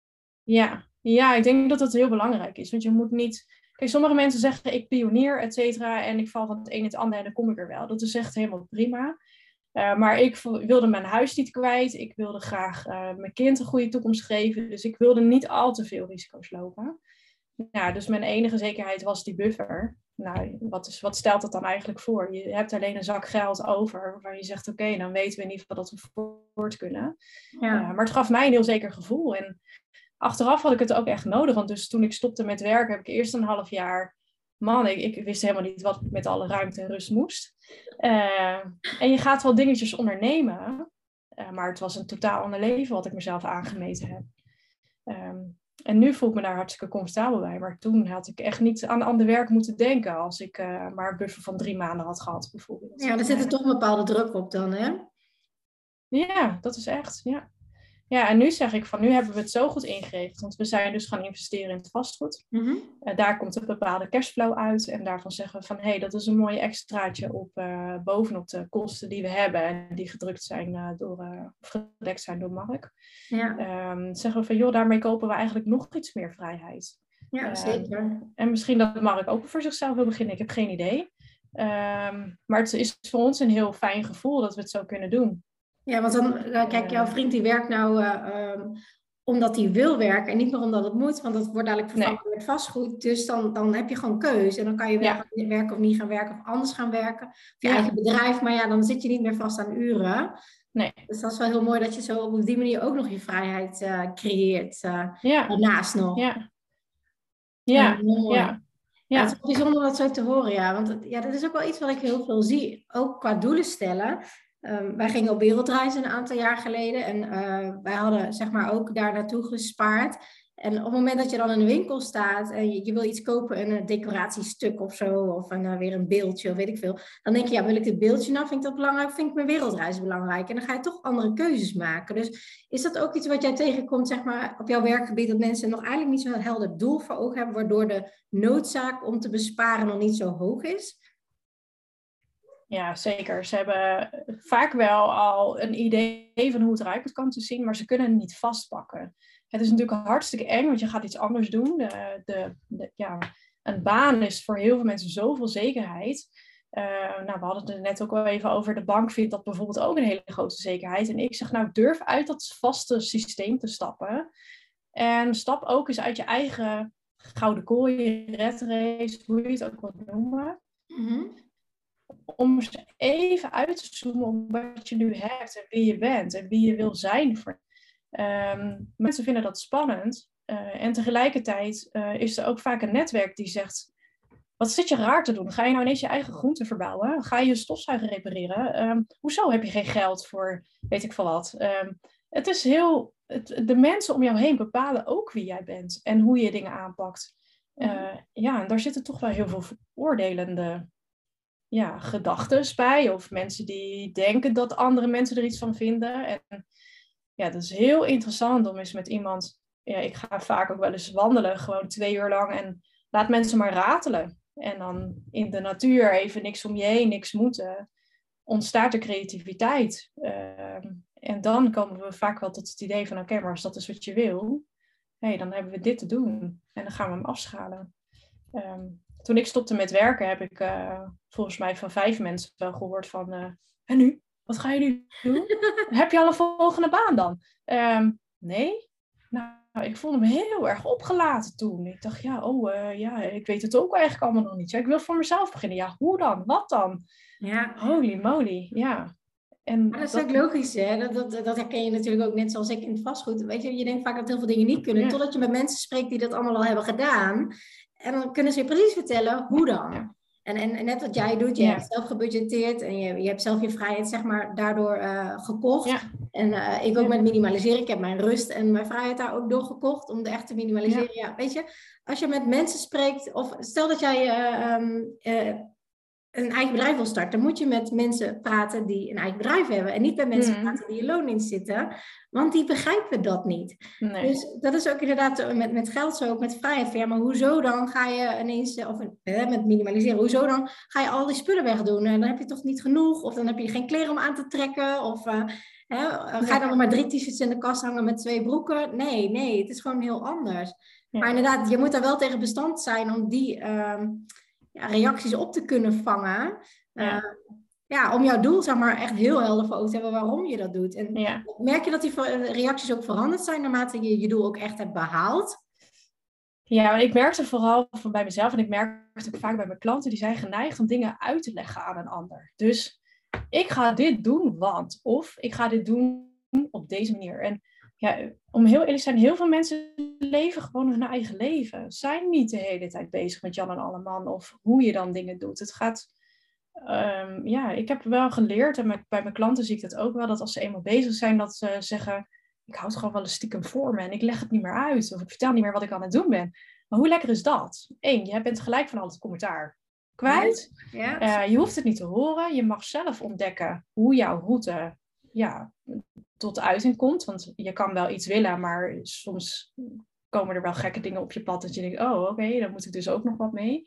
Ja, ik denk dat dat heel belangrijk is. Want je moet niet... Kijk, sommige mensen zeggen, ik pionier, et cetera, en ik val van het een in het ander en dan kom ik er wel. Dat is echt helemaal prima. Maar ik wilde mijn huis niet kwijt. Ik wilde graag mijn kind een goede toekomst geven. Dus ik wilde niet al te veel risico's lopen. Nou, dus mijn enige zekerheid was die buffer. Nou, wat stelt dat dan eigenlijk voor? Je hebt alleen een zak geld over, waarvan je zegt, oké, dan weten we in ieder geval dat we voort kunnen. Maar het gaf mij een heel zeker gevoel. En achteraf had ik het ook echt nodig. Want dus toen ik stopte met werken, heb ik eerst een half jaar... ik wist helemaal niet wat met alle ruimte en rust moest. En je gaat wel dingetjes ondernemen. Maar het was een totaal ander leven wat ik mezelf aangemeten heb. En nu voel ik me daar hartstikke comfortabel bij. Maar toen had ik echt niet aan ander werk moeten denken. Als ik maar een buffer van 3 maanden had gehad, bijvoorbeeld. Ja, er zit er toch een bepaalde druk op dan, hè? Ja, dat is echt, Ja, en nu zeg ik van, nu hebben we het zo goed ingeregeld. Want we zijn dus gaan investeren in het vastgoed. Daar komt een bepaalde cashflow uit. En daarvan zeggen we van, dat is een mooi extraatje bovenop de kosten die we hebben. En die gedekt zijn door Mark. Zeggen we van, joh, daarmee kopen we eigenlijk nog iets meer vrijheid. Ja, zeker. En misschien dat Mark ook voor zichzelf wil beginnen. Ik heb geen idee. Maar het is voor ons een heel fijn gevoel dat we het zo kunnen doen. Ja, want dan, kijk, jouw vriend die werkt nou omdat hij wil werken en niet meer omdat het moet, want dat wordt dadelijk vervangen met vastgoed. Dus dan heb je gewoon keuze en dan kan je werken of niet gaan werken of anders gaan werken. Of je eigen bedrijf, maar dan zit je niet meer vast aan uren. Nee. Dus dat is wel heel mooi dat je zo op die manier ook nog je vrijheid creëert. Daarnaast nog. Ja. Het is bijzonder om dat zo te horen, want dat is ook wel iets wat ik heel veel zie, ook qua doelen stellen. Wij gingen op wereldreis een aantal jaar geleden en wij hadden zeg maar ook daar naartoe gespaard. En op het moment dat je dan in de winkel staat en je wil iets kopen, een decoratiestuk of zo, of weer een beeldje of weet ik veel. Dan denk je, wil ik dit beeldje nou? Vind ik dat belangrijk? Vind ik mijn wereldreis belangrijk? En dan ga je toch andere keuzes maken. Dus is dat ook iets wat jij tegenkomt, zeg maar, op jouw werkgebied, dat mensen nog eigenlijk niet zo'n helder doel voor ogen hebben, waardoor de noodzaak om te besparen nog niet zo hoog is? Ja, zeker. Ze hebben vaak wel al een idee van hoe het eruit moet komen te zien, maar ze kunnen het niet vastpakken. Het is natuurlijk hartstikke eng, want je gaat iets anders doen. Een baan is voor heel veel mensen zoveel zekerheid. We hadden het er net ook al even over. De bank vindt dat bijvoorbeeld ook een hele grote zekerheid. En ik zeg, durf uit dat vaste systeem te stappen. En stap ook eens uit je eigen gouden kooi, red race, hoe je het ook wilt noemen. Om eens even uit te zoomen op wat je nu hebt en wie je bent en wie je wil zijn. Mensen vinden dat spannend en tegelijkertijd is er ook vaak een netwerk die zegt, wat zit je raar te doen? Ga je nou ineens je eigen groenten verbouwen? Ga je je stofzuiger repareren? Hoezo heb je geen geld voor weet ik veel wat? Het is de mensen om jou heen bepalen ook wie jij bent en hoe je dingen aanpakt. En daar zitten toch wel heel veel veroordelende gedachtes bij. Of mensen die denken dat andere mensen er iets van vinden. En ja, dat is heel interessant om eens met iemand... Ja, ik ga vaak ook wel eens wandelen, gewoon 2 uur lang. En laat mensen maar ratelen. En dan in de natuur even niks om je heen, niks moeten. Ontstaat er creativiteit. En dan komen we vaak wel tot het idee van... Oké, maar als dat is wat je wil... dan hebben we dit te doen. En dan gaan we hem afschalen. Toen ik stopte met werken heb ik volgens mij van 5 mensen wel gehoord van... en nu? Wat ga je nu doen? Heb je al een volgende baan dan? Nee. Nou, ik voelde me heel erg opgelaten toen. Ik dacht, ik weet het ook eigenlijk allemaal nog niet. Ja, ik wil voor mezelf beginnen. Ja, hoe dan? Wat dan? Ja. Holy moly, ja. En maar dat is ook logisch, hè? Dat herken je natuurlijk ook net zoals ik in het vastgoed. Weet je denkt vaak dat heel veel dingen niet kunnen, totdat je met mensen spreekt die dat allemaal al hebben gedaan. En dan kunnen ze je precies vertellen hoe dan. Ja. En net wat jij doet, je hebt zelf gebudgeteerd en je hebt zelf je vrijheid, zeg maar, daardoor gekocht. Ja. En ik ook met minimaliseren. Ik heb mijn rust en mijn vrijheid daar ook door gekocht om de echt te minimaliseren. Ja, weet je, als je met mensen spreekt, of stel dat jij een eigen bedrijf wil starten, dan moet je met mensen praten die een eigen bedrijf hebben. En niet met mensen praten die in loondienst zitten. Want die begrijpen dat niet. Nee. Dus dat is ook inderdaad met geld zo, ook met vrijheid. Maar hoezo dan ga je ineens, met minimaliseren, hoezo dan ga je al die spullen wegdoen? Dan heb je toch niet genoeg? Of dan heb je geen kleren om aan te trekken? Of ga je dan nog maar 3 t-shirts in de kast hangen met 2 broeken? Nee, het is gewoon heel anders. Ja. Maar inderdaad, je moet daar wel tegen bestand zijn om die... reacties op te kunnen vangen. Om jouw doel, zeg maar, echt heel helder voor ogen te hebben waarom je dat doet. En merk je dat die reacties ook veranderd zijn naarmate je je doel ook echt hebt behaald? Ja, ik merkte vooral van bij mezelf en ik merk het ook vaak bij mijn klanten, die zijn geneigd om dingen uit te leggen aan een ander. Dus ik ga dit doen, want, of ik ga dit doen op deze manier. En ja, om heel eerlijk te zijn, heel veel mensen leven gewoon hun eigen leven. Zijn niet de hele tijd bezig met Jan en Alleman of hoe je dan dingen doet. Het gaat, ik heb wel geleerd en bij mijn klanten zie ik dat ook wel, dat als ze eenmaal bezig zijn, dat ze zeggen, ik hou het gewoon wel eens stiekem voor me en ik leg het niet meer uit. Of ik vertel niet meer wat ik aan het doen ben. Maar hoe lekker is dat? 1, je bent gelijk van al het commentaar kwijt. Ja. Je hoeft het niet te horen. Je mag zelf ontdekken hoe jouw route tot uiting komt. Want je kan wel iets willen, maar soms komen er wel gekke dingen op je pad. Dat je denkt, oké, daar moet ik dus ook nog wat mee.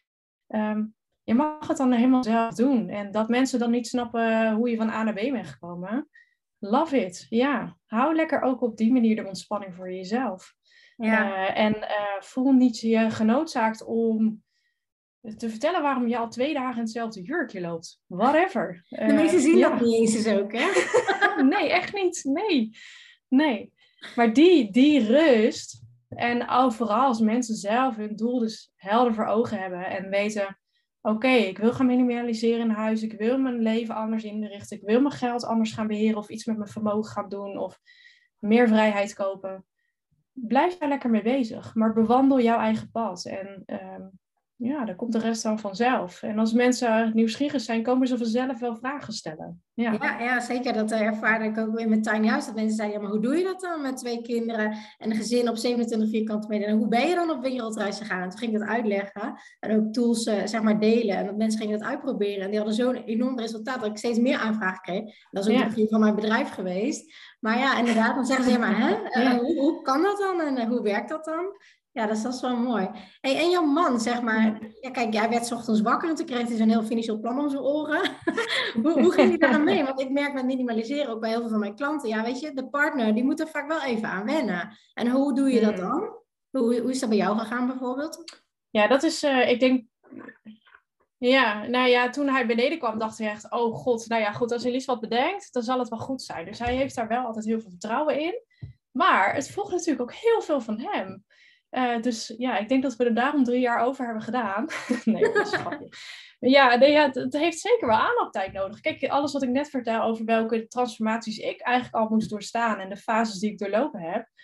Je mag het dan helemaal zelf doen. En dat mensen dan niet snappen hoe je van A naar B bent gekomen. Love it. Ja, hou lekker ook op die manier de ontspanning voor jezelf. Ja. Voel niet je genoodzaakt om te vertellen waarom je al 2 dagen in hetzelfde jurkje loopt. Whatever. De meesten zien dat niet eens ook, hè? Nee, echt niet. Nee. Maar die rust, en vooral als mensen zelf hun doel dus helder voor ogen hebben en weten, oké, ik wil gaan minimaliseren in huis, ik wil mijn leven anders inrichten, ik wil mijn geld anders gaan beheren of iets met mijn vermogen gaan doen of meer vrijheid kopen. Blijf daar lekker mee bezig, maar bewandel jouw eigen pad en dan komt de rest dan vanzelf. En als mensen nieuwsgierig zijn, komen ze vanzelf wel vragen stellen. Ja, zeker. Dat ervaarde ik ook weer met Tiny House. Dat mensen zeiden, maar hoe doe je dat dan met 2 kinderen en een gezin op 27 vierkante meter? En hoe ben je dan op wereldreis gegaan? En toen ging ik dat uitleggen en ook tools delen. En dat mensen gingen dat uitproberen. En die hadden zo'n enorm resultaat dat ik steeds meer aanvragen kreeg. Dat is ook een vriend van mijn bedrijf geweest. Maar ja, inderdaad, dan zeggen ze, hoe kan dat dan? En hoe werkt dat dan? Ja, dat is wel mooi. Hey, en jouw man, zeg maar... Ja, kijk, jij werd 's ochtends wakker en toen kreeg hij zo'n heel financieel plan om zijn oren. hoe ging hij daar aan mee? Want ik merk met minimaliseren ook bij heel veel van mijn klanten. Ja, weet je, de partner, die moet er vaak wel even aan wennen. En hoe doe je dat dan? Hoe is dat bij jou gegaan bijvoorbeeld? Ja, dat is, ik denk... Ja, toen hij beneden kwam, dacht hij echt... Oh god, goed, als Elise wat bedenkt, dan zal het wel goed zijn. Dus hij heeft daar wel altijd heel veel vertrouwen in. Maar het vroeg natuurlijk ook heel veel van hem. Dus ja, ik denk dat we er daarom 3 jaar over hebben gedaan. Nee, dat is een grapje. Het heeft zeker wel aanlooptijd nodig. Kijk, alles wat ik net vertel over welke transformaties ik eigenlijk al moest doorstaan en de fases die ik doorlopen heb.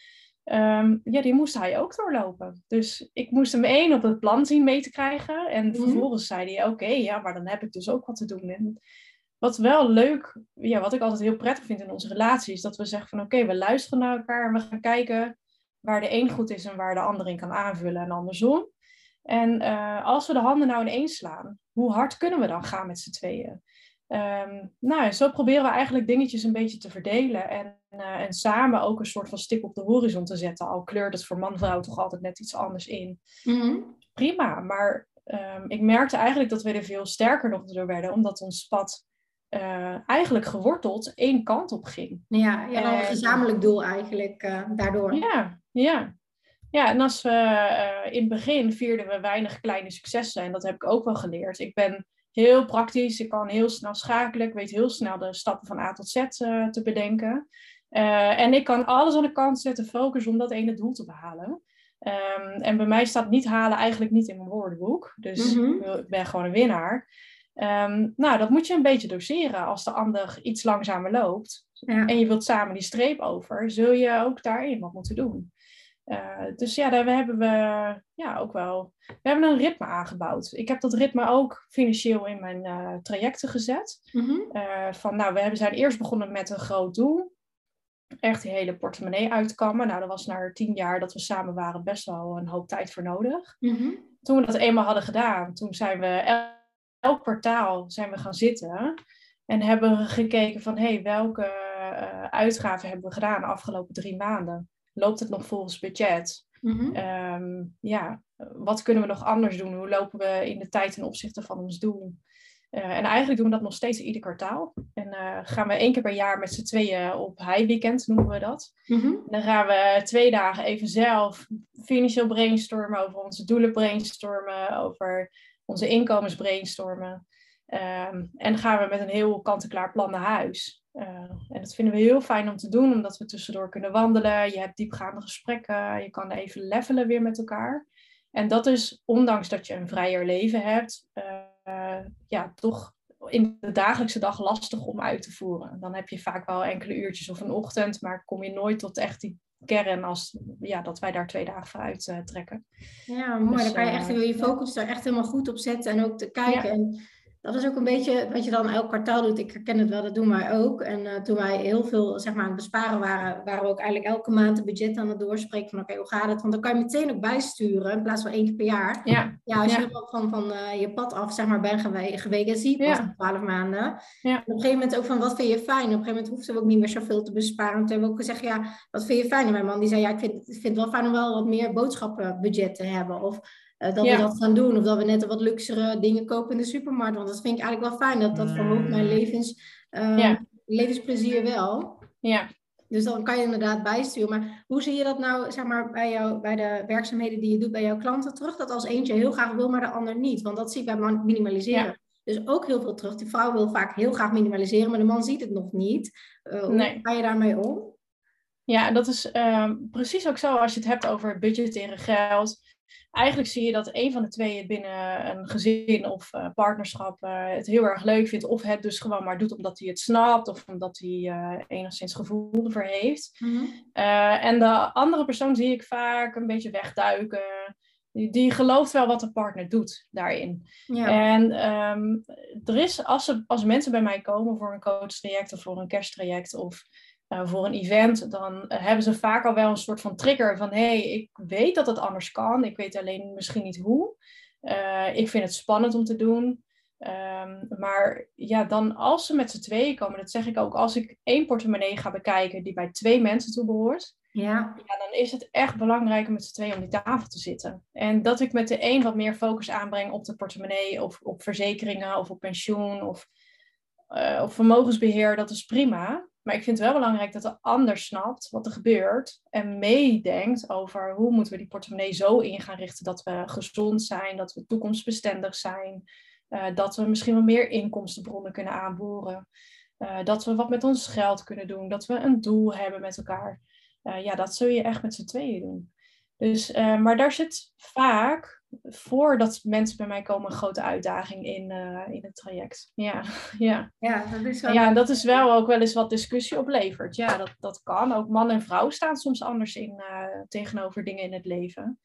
die moest hij ook doorlopen. Dus ik moest hem op het plan zien mee te krijgen. En vervolgens zei hij, oké, maar dan heb ik dus ook wat te doen. En wat wel leuk, wat ik altijd heel prettig vind in onze relatie, is dat we zeggen van oké, we luisteren naar elkaar en we gaan kijken waar de een goed is en waar de ander in kan aanvullen en andersom. En als we de handen nou ineens slaan, hoe hard kunnen we dan gaan met z'n tweeën? Zo proberen we eigenlijk dingetjes een beetje te verdelen en samen ook een soort van stip op de horizon te zetten. Al kleurt het voor man en vrouw toch altijd net iets anders in. Prima, maar ik merkte eigenlijk dat we er veel sterker nog door werden, omdat ons pad eigenlijk geworteld één kant op ging. Ja, dan een gezamenlijk doel eigenlijk daardoor. Ja, en als we in het begin vierden we weinig kleine successen en dat heb ik ook wel geleerd. Ik ben heel praktisch, ik kan heel snel schakelen, ik weet heel snel de stappen van A tot Z te bedenken. En ik kan alles aan de kant zetten, focussen om dat ene doel te behalen. En bij mij staat niet halen eigenlijk niet in mijn woordenboek. Dus ik ben gewoon een winnaar. Dat moet je een beetje doseren. Als de ander iets langzamer loopt en je wilt samen die streep over, zul je ook daarin wat moeten doen. Daar hebben we ook wel. We hebben een ritme aangebouwd. Ik heb dat ritme ook financieel in mijn trajecten gezet. We zijn eerst begonnen met een groot doel. Echt die hele portemonnee uitkammen. Dat was na 10 jaar dat we samen waren best wel een hoop tijd voor nodig. Toen we dat eenmaal hadden gedaan, toen zijn we elk kwartaal zijn we gaan zitten en hebben gekeken van welke uitgaven hebben we gedaan de afgelopen 3 maanden. Loopt het nog volgens budget? Wat kunnen we nog anders doen? Hoe lopen we in de tijd ten opzichte van ons doel? En eigenlijk doen we dat nog steeds ieder kwartaal. En gaan we 1 keer per jaar met z'n tweeën op high weekend, noemen we dat. Dan gaan we 2 dagen even zelf financieel brainstormen, over onze doelen brainstormen, over onze inkomens brainstormen. En gaan we met een heel kant-en-klaar plan naar huis. En dat vinden we heel fijn om te doen, omdat we tussendoor kunnen wandelen. Je hebt diepgaande gesprekken. Je kan even levelen weer met elkaar. En dat is, ondanks dat je een vrijer leven hebt, toch in de dagelijkse dag lastig om uit te voeren. Dan heb je vaak wel enkele uurtjes of een ochtend, maar kom je nooit tot echt die kern als dat wij daar 2 dagen voor uittrekken. Ja, mooi. Dus, dan kan je echt je focus er echt helemaal goed op zetten en ook te kijken. En dat is ook een beetje wat je dan elk kwartaal doet. Ik herken het wel, dat doen wij ook. En toen wij heel veel aan het besparen waren, waren we ook eigenlijk elke maand het budget aan het doorspreken van oké, hoe gaat het? Want dan kan je meteen ook bijsturen in plaats van 1 keer per jaar. Als je helemaal van je pad af bent geweken, zie je pas in 12 maanden. En op een gegeven moment ook van wat vind je fijn? Op een gegeven moment hoefden we ook niet meer zoveel te besparen. Toen hebben we ook gezegd, wat vind je fijn? En mijn man die zei, ik vind het wel fijn om wel wat meer boodschappenbudget te hebben. Of dat we dat gaan doen. Of dat we net wat luxere dingen kopen in de supermarkt. Want dat vind ik eigenlijk wel fijn. Dat verhoogt mijn levensplezier wel. Ja. Dus dan kan je inderdaad bijsturen. Maar hoe zie je dat nou, bij de werkzaamheden die je doet bij jouw klanten terug? Dat als eentje heel graag wil, maar de ander niet. Want dat zie ik bij minimaliseren. Ja. Dus ook heel veel terug. Die vrouw wil vaak heel graag minimaliseren, maar de man ziet het nog niet. Hoe ga je daarmee om? Ja, dat is precies ook zo als je het hebt over budgetteren geld. Eigenlijk zie je dat een van de twee binnen een gezin of partnerschap het heel erg leuk vindt. Of het dus gewoon maar doet omdat hij het snapt. Of omdat hij enigszins gevoel ervoor heeft. En de andere persoon zie ik vaak een beetje wegduiken. Die gelooft wel wat de partner doet daarin. Ja. En er is, als mensen bij mij komen voor een coachtraject of voor een kersttraject of voor een event, dan hebben ze vaak al wel een soort van trigger van ik weet dat het anders kan, ik weet alleen misschien niet hoe. Ik vind het spannend om te doen. Maar dan als ze met z'n tweeën komen, dat zeg ik ook, als ik 1 portemonnee ga bekijken die bij 2 mensen toebehoort, dan is het echt belangrijk om met z'n tweeën om die tafel te zitten. En dat ik met de een wat meer focus aanbreng op de portemonnee of op verzekeringen of op pensioen of vermogensbeheer, dat is prima. Maar ik vind het wel belangrijk dat de ander snapt wat er gebeurt en meedenkt over hoe moeten we die portemonnee zo in gaan richten dat we gezond zijn, dat we toekomstbestendig zijn, dat we misschien wel meer inkomstenbronnen kunnen aanboren, dat we wat met ons geld kunnen doen, dat we een doel hebben met elkaar. Dat zul je echt met z'n tweeën doen. Dus, maar daar zit vaak voordat mensen bij mij komen, een grote uitdaging in het traject. Ja, ja. Ja, dat is wel... Ja, dat is wel ook wel eens wat discussie oplevert. Ja, dat kan. Ook man en vrouw staan soms anders tegenover dingen in het leven.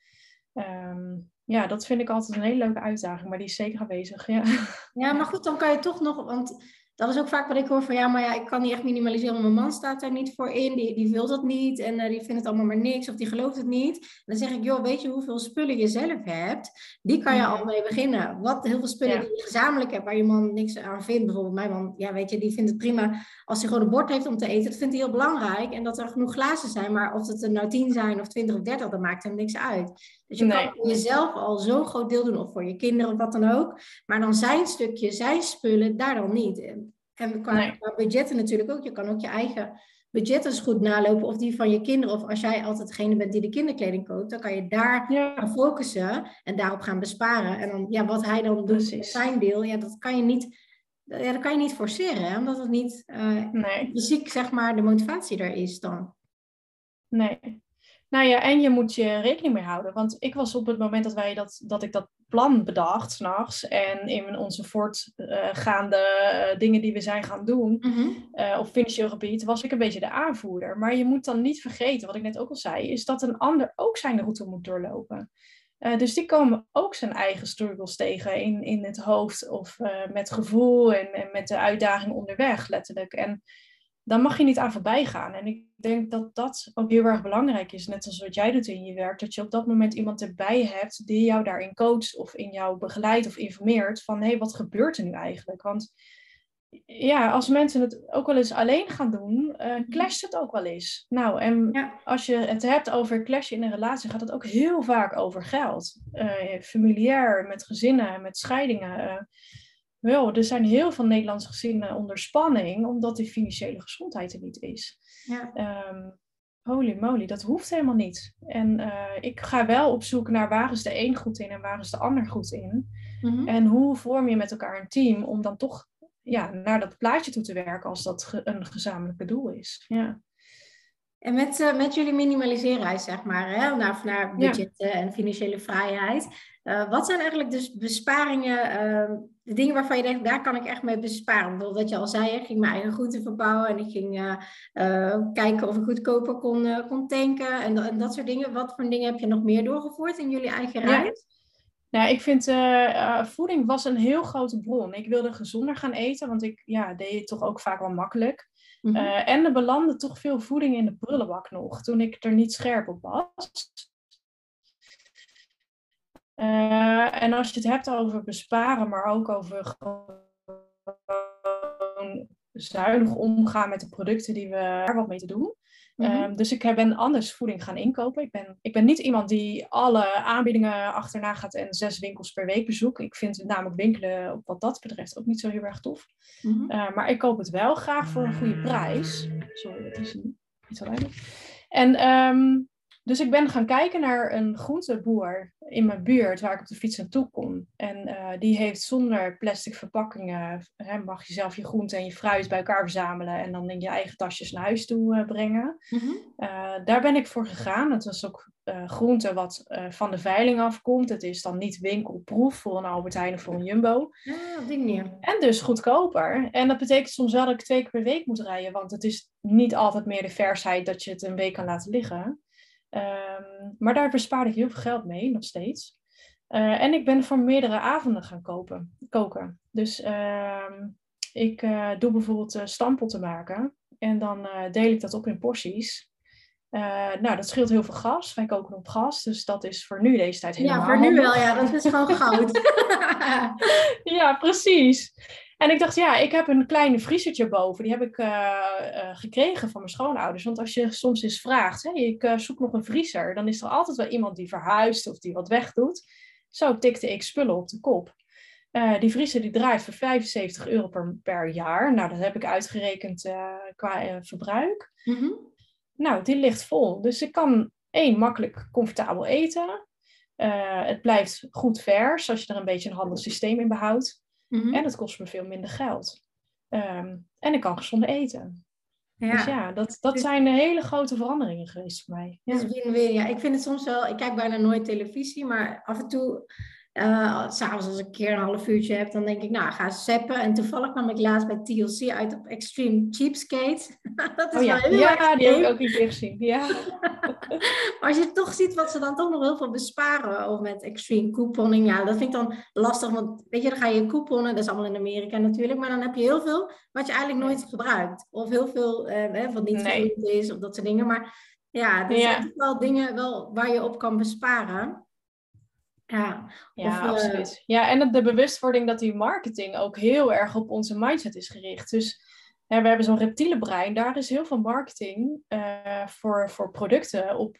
Ja, dat vind ik altijd een hele leuke uitdaging, maar die is zeker aanwezig. Ja, Ja, maar goed, dan kan je toch nog, want dat is ook vaak wat ik hoor van, ja, maar ja, ik kan niet echt minimaliseren, mijn man staat daar niet voor in, die wil dat niet en die vindt het allemaal maar niks of die gelooft het niet. En dan zeg ik, joh, weet je hoeveel spullen je zelf hebt? Die kan je al mee beginnen. Heel veel spullen die je gezamenlijk hebt, waar je man niks aan vindt. Bijvoorbeeld mijn man, ja, weet je, die vindt het prima als hij gewoon een bord heeft om te eten. Dat vindt hij heel belangrijk en dat er genoeg glazen zijn, maar of het er nou 10 zijn of 20 of 30, dat maakt hem niks uit. Dus je kan voor jezelf al zo'n groot deel doen, of voor je kinderen of wat dan ook. Maar dan zijn stukje, zijn spullen, daar dan niet. En qua budgetten natuurlijk ook. Je kan ook je eigen budgetten goed nalopen. Of die van je kinderen. Of als jij altijd degene bent die de kinderkleding koopt. Dan kan je daar gaan focussen. En daarop gaan besparen. En dan, ja, wat hij dan doet met zijn deel. Ja, dat kan je niet, dat kan je niet forceren. Hè? Omdat het niet fysiek, zeg maar, de motivatie er is dan. Nee. Nou ja, en je moet je rekening mee houden. Want ik was op het moment dat ik dat plan bedacht, 's nachts. En in onze voortgaande dingen die we zijn gaan doen, op financieel gebied, was ik een beetje de aanvoerder. Maar je moet dan niet vergeten, wat ik net ook al zei, is dat een ander ook zijn route moet doorlopen. Dus die komen ook zijn eigen struggles tegen in het hoofd of met gevoel en met de uitdaging onderweg, letterlijk. En dan mag je niet aan voorbij gaan. En ik denk dat dat ook heel erg belangrijk is. Net als wat jij doet in je werk. Dat je op dat moment iemand erbij hebt die jou daarin coacht of in jou begeleidt of informeert. Van hé, wat gebeurt er nu eigenlijk? Want ja, als mensen het ook wel eens alleen gaan doen, clasht het ook wel eens. Nou, en als je het hebt over clashen in een relatie, gaat het ook heel vaak over geld. Familiair, met gezinnen, met scheidingen. Wel, er zijn heel veel Nederlandse gezinnen onder spanning, omdat die financiële gezondheid er niet is. Ja. Holy moly, dat hoeft helemaal niet. En ik ga wel op zoek naar waar is de een goed in en waar is de ander goed in. En hoe vorm je met elkaar een team om dan toch naar dat plaatje toe te werken als dat een gezamenlijke doel is. Ja. En met jullie minimaliseerreis, zeg maar, hè? Naar budgetten en financiële vrijheid. Wat zijn eigenlijk dus besparingen, de dingen waarvan je denkt, daar kan ik echt mee besparen? Bijvoorbeeld wat je al zei, ik ging mijn eigen groenten verbouwen en ik ging kijken of ik goedkoper kon tanken en dat soort dingen. Wat voor dingen heb je nog meer doorgevoerd in jullie eigen reis? Nou, ik vind voeding was een heel grote bron. Ik wilde gezonder gaan eten, want ik deed het toch ook vaak wel makkelijk. En er belandde toch veel voeding in de prullenbak nog, toen ik er niet scherp op was. En als je het hebt over besparen, maar ook over gewoon zuinig omgaan met de producten die we er wat mee te doen. Dus ik ben anders voeding gaan inkopen. Ik ben niet iemand die alle aanbiedingen achterna gaat en 6 winkels per week bezoekt. Ik vind namelijk winkelen op wat dat betreft ook niet zo heel erg tof. Maar ik koop het wel graag voor een goede prijs. Sorry, dat is iets wat weinig. En dus ik ben gaan kijken naar een groenteboer in mijn buurt waar ik op de fiets naartoe kon. En die heeft zonder plastic verpakkingen, mag je zelf je groenten en je fruit bij elkaar verzamelen en dan in je eigen tasjes naar huis toe brengen. Daar ben ik voor gegaan. Het was ook groente wat van de veiling afkomt. Het is dan niet winkelproef voor een Albert Heijn of voor een Jumbo. Op die manier. En dus goedkoper. En dat betekent soms wel dat ik 2 keer per week moet rijden, want het is niet altijd meer de versheid dat je het een week kan laten liggen. Maar daar bespaarde ik heel veel geld mee, nog steeds. En ik ben voor meerdere avonden gaan koken. Dus ik doe bijvoorbeeld stampotten maken. En dan deel ik dat op in porties. Nou, dat scheelt heel veel gas. Wij koken op gas, dus dat is voor nu deze tijd helemaal handig. Ja, voor nu wel. Ja, dat is gewoon goud. Ja, precies. En ik dacht, ik heb een kleine vriezertje boven. Die heb ik gekregen van mijn schoonouders. Want als je soms eens vraagt, ik zoek nog een vriezer. Dan is er altijd wel iemand die verhuist of die wat wegdoet. Zo tikte ik spullen op de kop. Die vriezer die draait voor €75 per jaar. Nou, dat heb ik uitgerekend qua verbruik. Nou, die ligt vol. Dus ik kan makkelijk comfortabel eten. Het blijft goed vers als je er een beetje een handelssysteem in behoudt. En het kost me veel minder geld. En ik kan gezonder eten. Dus ja, dat zijn hele grote veranderingen geweest voor mij. Ja. Het is win-win. Ja, ik vind het soms wel... Ik kijk bijna nooit televisie, maar af en toe... s'avonds als ik een keer een half uurtje heb, dan denk ik, nou, ga zappen. En toevallig kwam ik laatst bij TLC uit op Extreme Cheapskate. Dat is wel heel erg die heb ik ook een keer gezien. Ja. Maar als je toch ziet wat ze dan toch nog heel veel besparen, of met extreme couponing, ja, dat vind ik dan lastig. Want weet je, dan ga je couponnen, dat is allemaal in Amerika natuurlijk, maar dan heb je heel veel wat je eigenlijk nooit gebruikt. Of heel veel wat niet gezond is, of dat soort dingen. Maar ja, er zijn toch wel dingen waar je op kan besparen. Ja, absoluut. Ja, en de bewustwording dat die marketing ook heel erg op onze mindset is gericht. Dus we hebben zo'n reptiele brein, daar is heel veel marketing voor producten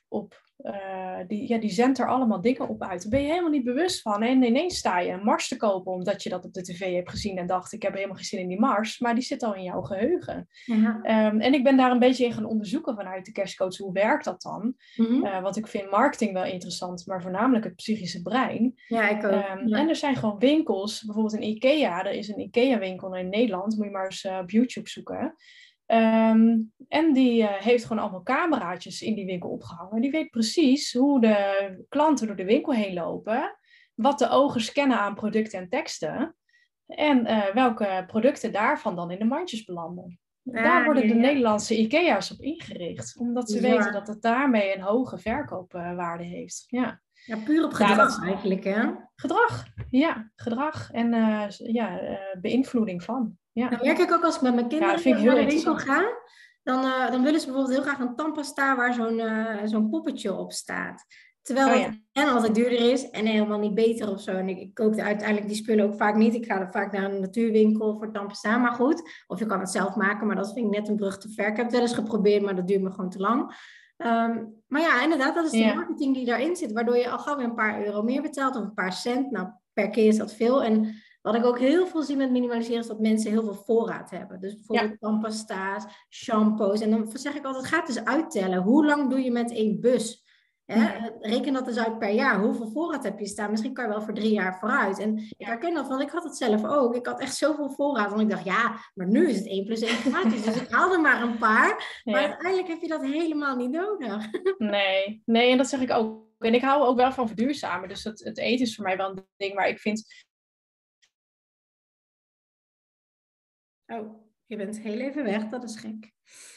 die zendt er allemaal dingen op uit. Daar ben je helemaal niet bewust van. En ineens sta je een Mars te kopen omdat je dat op de tv hebt gezien en dacht, ik heb helemaal geen zin in die Mars, maar die zit al in jouw geheugen. Ja. En ik ben daar een beetje in gaan onderzoeken vanuit de cashcoach, hoe werkt dat dan? Mm-hmm. Want ik vind marketing wel interessant, maar voornamelijk het psychische brein. Ja, ik ook. En er zijn gewoon winkels, bijvoorbeeld in IKEA, er is een IKEA-winkel in Nederland, moet je maar eens op YouTube zoeken. En die heeft gewoon allemaal cameraatjes in die winkel opgehangen. Die weet precies hoe de klanten door de winkel heen lopen. Wat de ogen scannen aan producten en teksten. En welke producten daarvan dan in de mandjes belanden. Daar worden de Nederlandse IKEA's op ingericht. Omdat ze weten dat het daarmee een hoge verkoopwaarde heeft. Ja. Ja, puur op gedrag eigenlijk, hè? Gedrag en beïnvloeding van. Ja. Dan merk ik ook als ik met mijn kinderen naar de winkel ga, dan willen ze bijvoorbeeld heel graag een tandpasta waar zo'n poppetje op staat. Terwijl het en altijd duurder is en helemaal niet beter of zo. En ik koop uiteindelijk die spullen ook vaak niet. Ik ga er vaak naar een natuurwinkel voor tandpasta, maar goed. Of je kan het zelf maken, maar dat vind ik net een brug te ver. Ik heb het wel eens geprobeerd, maar dat duurt me gewoon te lang. Maar ja, inderdaad, dat is de marketing die daarin zit. Waardoor je al gauw weer een paar euro meer betaalt of een paar cent. Nou, per keer is dat veel. En wat ik ook heel veel zie met minimaliseren is dat mensen heel veel voorraad hebben. Dus bijvoorbeeld tandpasta's, shampoos. En dan zeg ik altijd, ga het eens uittellen. Hoe lang doe je met 1 bus? Reken dat eens uit per jaar. Hoeveel voorraad heb je staan? Misschien kan je wel voor 3 jaar vooruit. En ik herken dat, want ik had het zelf ook. Ik had echt zoveel voorraad. Want ik dacht, maar nu is het 1 plus 1 gratis. Dus ik haalde maar een paar. Maar uiteindelijk heb je dat helemaal niet nodig. Nee, en dat zeg ik ook. En ik hou ook wel van verduurzamen. Dus het eten is voor mij wel een ding waar ik vind... Oh, je bent heel even weg. Dat is gek.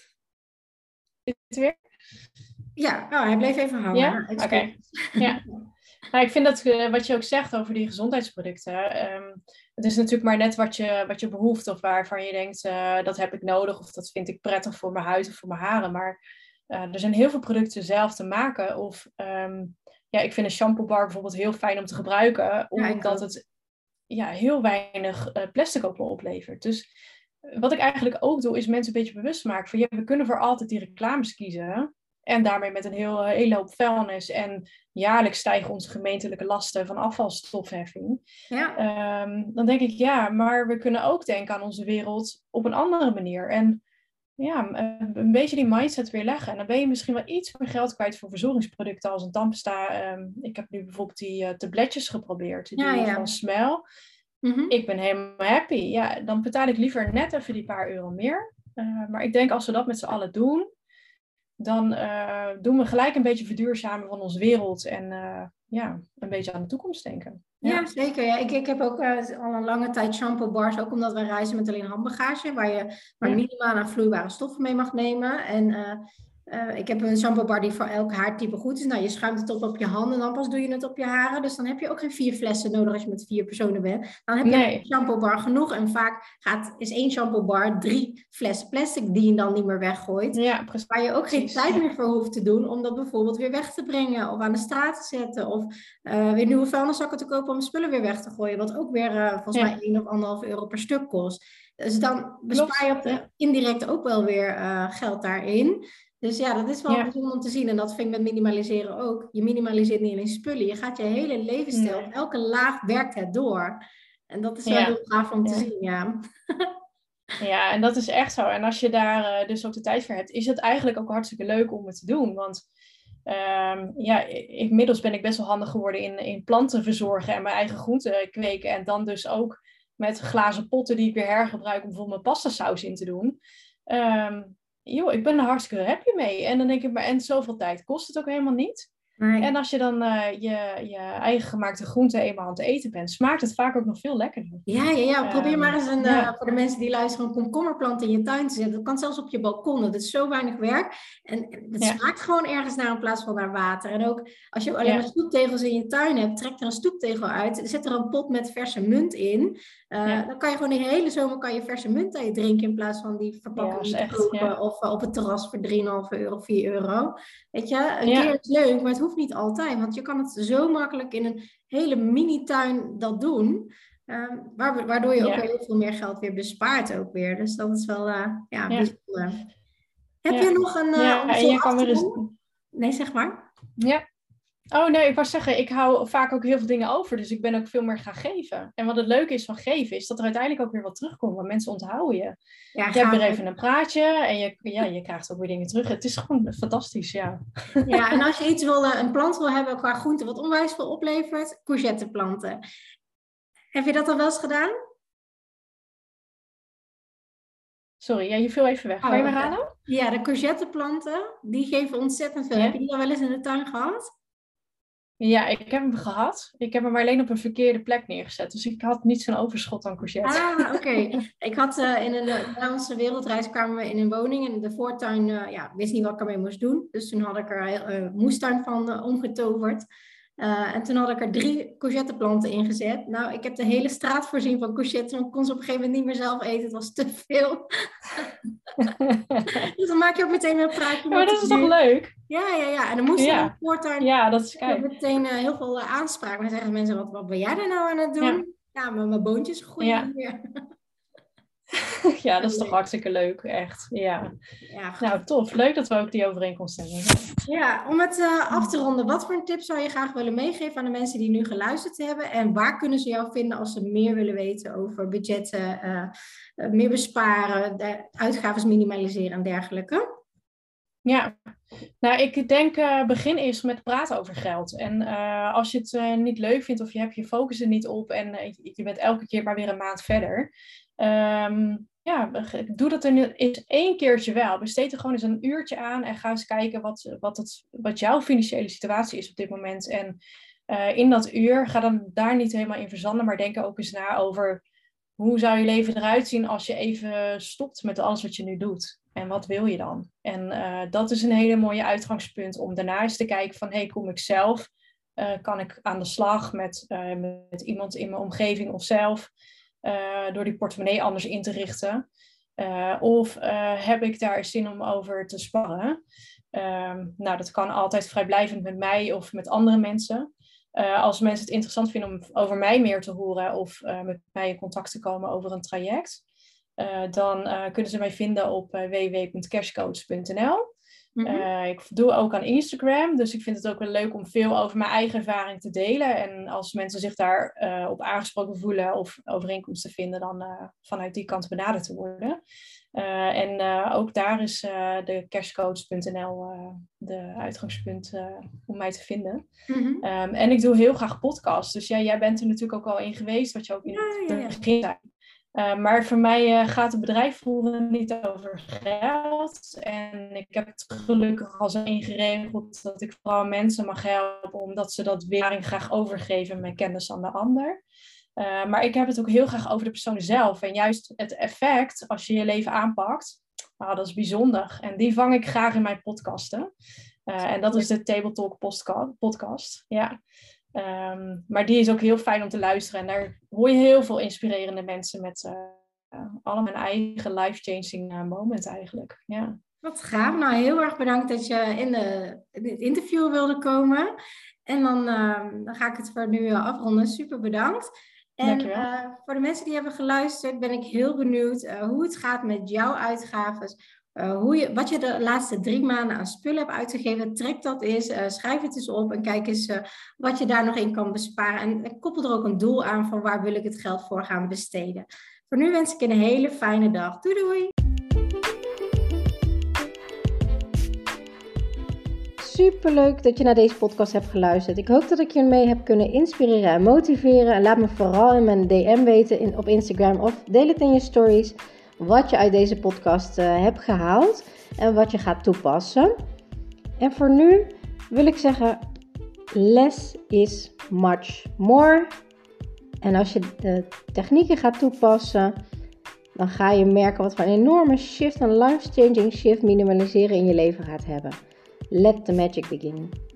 Is het weer? Ja, hij bleef even hangen. Ja? Oké. Ja. Nou, ik vind dat wat je ook zegt over die gezondheidsproducten. Het is natuurlijk maar net wat je behoeft of waarvan je denkt, dat heb ik nodig of dat vind ik prettig voor mijn huid of voor mijn haren. Maar er zijn heel veel producten zelf te maken. Of ik vind een shampoo bar bijvoorbeeld heel fijn om te gebruiken, omdat het heel weinig plastic ook wel oplevert. Dus wat ik eigenlijk ook doe, is mensen een beetje bewust maken van we kunnen voor altijd die reclames kiezen. En daarmee met een hele hoop vuilnis. En jaarlijks stijgen onze gemeentelijke lasten van afvalstofheffing. Ja. Dan denk ik, maar we kunnen ook denken aan onze wereld op een andere manier. En een beetje die mindset weer leggen. En dan ben je misschien wel iets meer geld kwijt voor verzorgingsproducten als een tandpasta. Ik heb nu bijvoorbeeld die tabletjes geprobeerd. Die van Smell. Mm-hmm. Ik ben helemaal happy. Ja, dan betaal ik liever net even die paar euro meer. Maar ik denk als we dat met z'n allen doen, dan doen we gelijk een beetje verduurzamen van onze wereld en een beetje aan de toekomst denken. Ja, zeker. Ja. Ik heb ook al een lange tijd shampoo bars, ook omdat wij reizen met alleen handbagage, waar je maar minimaal aan vloeibare stoffen mee mag nemen. En ik heb een shampoo bar die voor elk haartype goed is. Nou, je schuimt het op je handen en dan pas doe je het op je haren. Dus dan heb je ook geen 4 flessen nodig als je met 4 personen bent. Dan heb je een shampoo bar genoeg. En vaak is 1 shampoo bar 3 flessen plastic die je dan niet meer weggooit. Ja, precies. Waar je ook geen tijd meer voor hoeft te doen om dat bijvoorbeeld weer weg te brengen. Of aan de straat te zetten. Of weer nieuwe vuilniszakken te kopen om spullen weer weg te gooien. Wat ook weer volgens mij 1 of 1,5 euro per stuk kost. Dus dan bespaar je op de indirect ook wel weer geld daarin. Dus dat is wel bijzonder om te zien. En dat vind ik met minimaliseren ook. Je minimaliseert niet alleen spullen. Je gaat je hele levensstijl, elke laag werkt het door. En dat is wel heel gaaf om te zien, Ja, en dat is echt zo. En als je daar dus ook de tijd voor hebt, is het eigenlijk ook hartstikke leuk om het te doen. Want inmiddels ben ik best wel handig geworden in planten verzorgen en mijn eigen groenten kweken. En dan dus ook met glazen potten die ik weer hergebruik om bijvoorbeeld mijn pastasaus in te doen. joh, ik ben er hartstikke happy mee. En dan denk ik, maar en zoveel tijd kost het ook helemaal niet. Nee. En als je dan je eigen gemaakte groenten eenmaal aan het eten bent, smaakt het vaak ook nog veel lekkerder. Ja. Probeer maar eens Ja. voor de mensen die luisteren, een komkommerplant in je tuin te zetten. Dat kan zelfs op je balkon. Dat is zo weinig werk. En het smaakt gewoon ergens naar in plaats van naar water. En ook als je alleen maar stoeptegels in je tuin hebt, trek er een stoeptegel uit. Zet er een pot met verse munt in. Dan kan je gewoon de hele zomer kan je verse munt aan je drinken in plaats van die verpakking te kopen. Of op het terras voor €3,5, €4. Weet je, een keer is leuk, maar het hoeft niet altijd. Want je kan het zo makkelijk in een hele mini-tuin dat doen. Waardoor je ook weer heel veel meer geld weer bespaart ook weer. Dus dat is wel bijzonder. Heb je nog een... en je kan weer eens... Nee, zeg maar. Ja. Oh nee, ik wou zeggen, ik hou vaak ook heel veel dingen over. Dus ik ben ook veel meer gaan geven. En wat het leuke is van geven, is dat er uiteindelijk ook weer wat terugkomt. Want mensen onthouden je. Ja, je hebt weer even een praatje en je krijgt ook weer dingen terug. Het is gewoon fantastisch, ja. Ja, en als je iets een plant wil hebben qua groente wat onwijs veel oplevert, courgetteplanten. Heb je dat al wel eens gedaan? Sorry, je viel even weg. Kan je me herhalen? Ja, de courgetteplanten, die geven ontzettend veel. Heb je die al wel eens in de tuin gehad? Ja, ik heb hem gehad. Ik heb hem alleen op een verkeerde plek neergezet. Dus ik had niet zo'n overschot aan courgettes. Oké. Ik had na onze wereldreis kwamen we in een woning. En de voortuin, wist niet wat ik ermee moest doen. Dus toen had ik er een moestuin van omgetoverd. En toen had ik er 3 courgetteplanten in gezet. Nou, ik heb de hele straat voorzien van courgettes. Want ik kon ze op een gegeven moment niet meer zelf eten. Het was te veel. Dus dan maak je ook meteen een praatje. Maar dat is toch leuk? Ja. En dan moest je in de voortuin... Ja, dat is kijk. Meteen heel veel aanspraak. Maar zeggen mensen, wat ben jij er nou aan het doen? Ja, maar mijn boontjes groeien hier. Ja, dat is toch hartstikke leuk, echt. Ja. Nou, tof. Leuk dat we ook die overeenkomst hebben. Ja, om het af te ronden. Wat voor een tip zou je graag willen meegeven aan de mensen die nu geluisterd hebben? En waar kunnen ze jou vinden als ze meer willen weten over budgetten, meer besparen, de uitgaven minimaliseren en dergelijke? Ja, nou ik denk begin eerst met praten over geld. En als je het niet leuk vindt of je hebt je focus er niet op en je bent elke keer maar weer een maand verder... doe dat eens 1 keertje wel. Besteed er gewoon eens een uurtje aan en ga eens kijken wat jouw financiële situatie is op dit moment. En in dat uur, ga dan daar niet helemaal in verzanden, maar denk er ook eens na over hoe zou je leven eruit zien als je even stopt met alles wat je nu doet. En wat wil je dan? En dat is een hele mooie uitgangspunt om daarna eens te kijken van, kom ik zelf? Kan ik aan de slag met iemand in mijn omgeving of zelf? Door die portemonnee anders in te richten. Of heb ik daar zin om over te sparren? Nou, dat kan altijd vrijblijvend met mij of met andere mensen. Als mensen het interessant vinden om over mij meer te horen of met mij in contact te komen over een traject, dan kunnen ze mij vinden op www.cashcoach.nl. Ik doe ook aan Instagram, dus ik vind het ook wel leuk om veel over mijn eigen ervaring te delen. En als mensen zich daar op aangesproken voelen of overeenkomsten vinden, dan vanuit die kant benaderd te worden. Ook daar is de cashcoach.nl de uitgangspunt om mij te vinden. En ik doe heel graag podcasts. Dus jij bent er natuurlijk ook al in geweest, wat je ook in het begin zei. Maar voor mij gaat het bedrijf voeren niet over geld. En ik heb het gelukkig al zo ingeregeld dat ik vooral mensen mag helpen, omdat ze dat weer graag overgeven, mijn kennis aan de ander. Maar ik heb het ook heel graag over de persoon zelf. En juist het effect, als je je leven aanpakt, dat is bijzonder. En die vang ik graag in mijn podcasten. En dat is de Table Talk podcast. Ja. Maar die is ook heel fijn om te luisteren. En daar hoor je heel veel inspirerende mensen met allemaal een eigen life-changing moment eigenlijk. Ja. Wat gaaf. Nou, heel erg bedankt dat je in het interview wilde komen. En dan ga ik het voor nu afronden. Super bedankt. En voor de mensen die hebben geluisterd, ben ik heel benieuwd hoe het gaat met jouw uitgaven. Wat je de laatste 3 maanden aan spullen hebt uitgegeven, trek dat eens, schrijf het eens op en kijk eens wat je daar nog in kan besparen. En koppel er ook een doel aan van waar wil ik het geld voor gaan besteden. Voor nu wens ik een hele fijne dag. Doei doei! Superleuk dat je naar deze podcast hebt geluisterd. Ik hoop dat ik je mee heb kunnen inspireren en motiveren. En laat me vooral in mijn DM weten op Instagram of deel het in je stories. wat je uit deze podcast hebt gehaald en wat je gaat toepassen. En voor nu wil ik zeggen, less is much more. En als je de technieken gaat toepassen, dan ga je merken wat voor een enorme shift, een life-changing shift minimaliseren in je leven gaat hebben. Let the magic begin.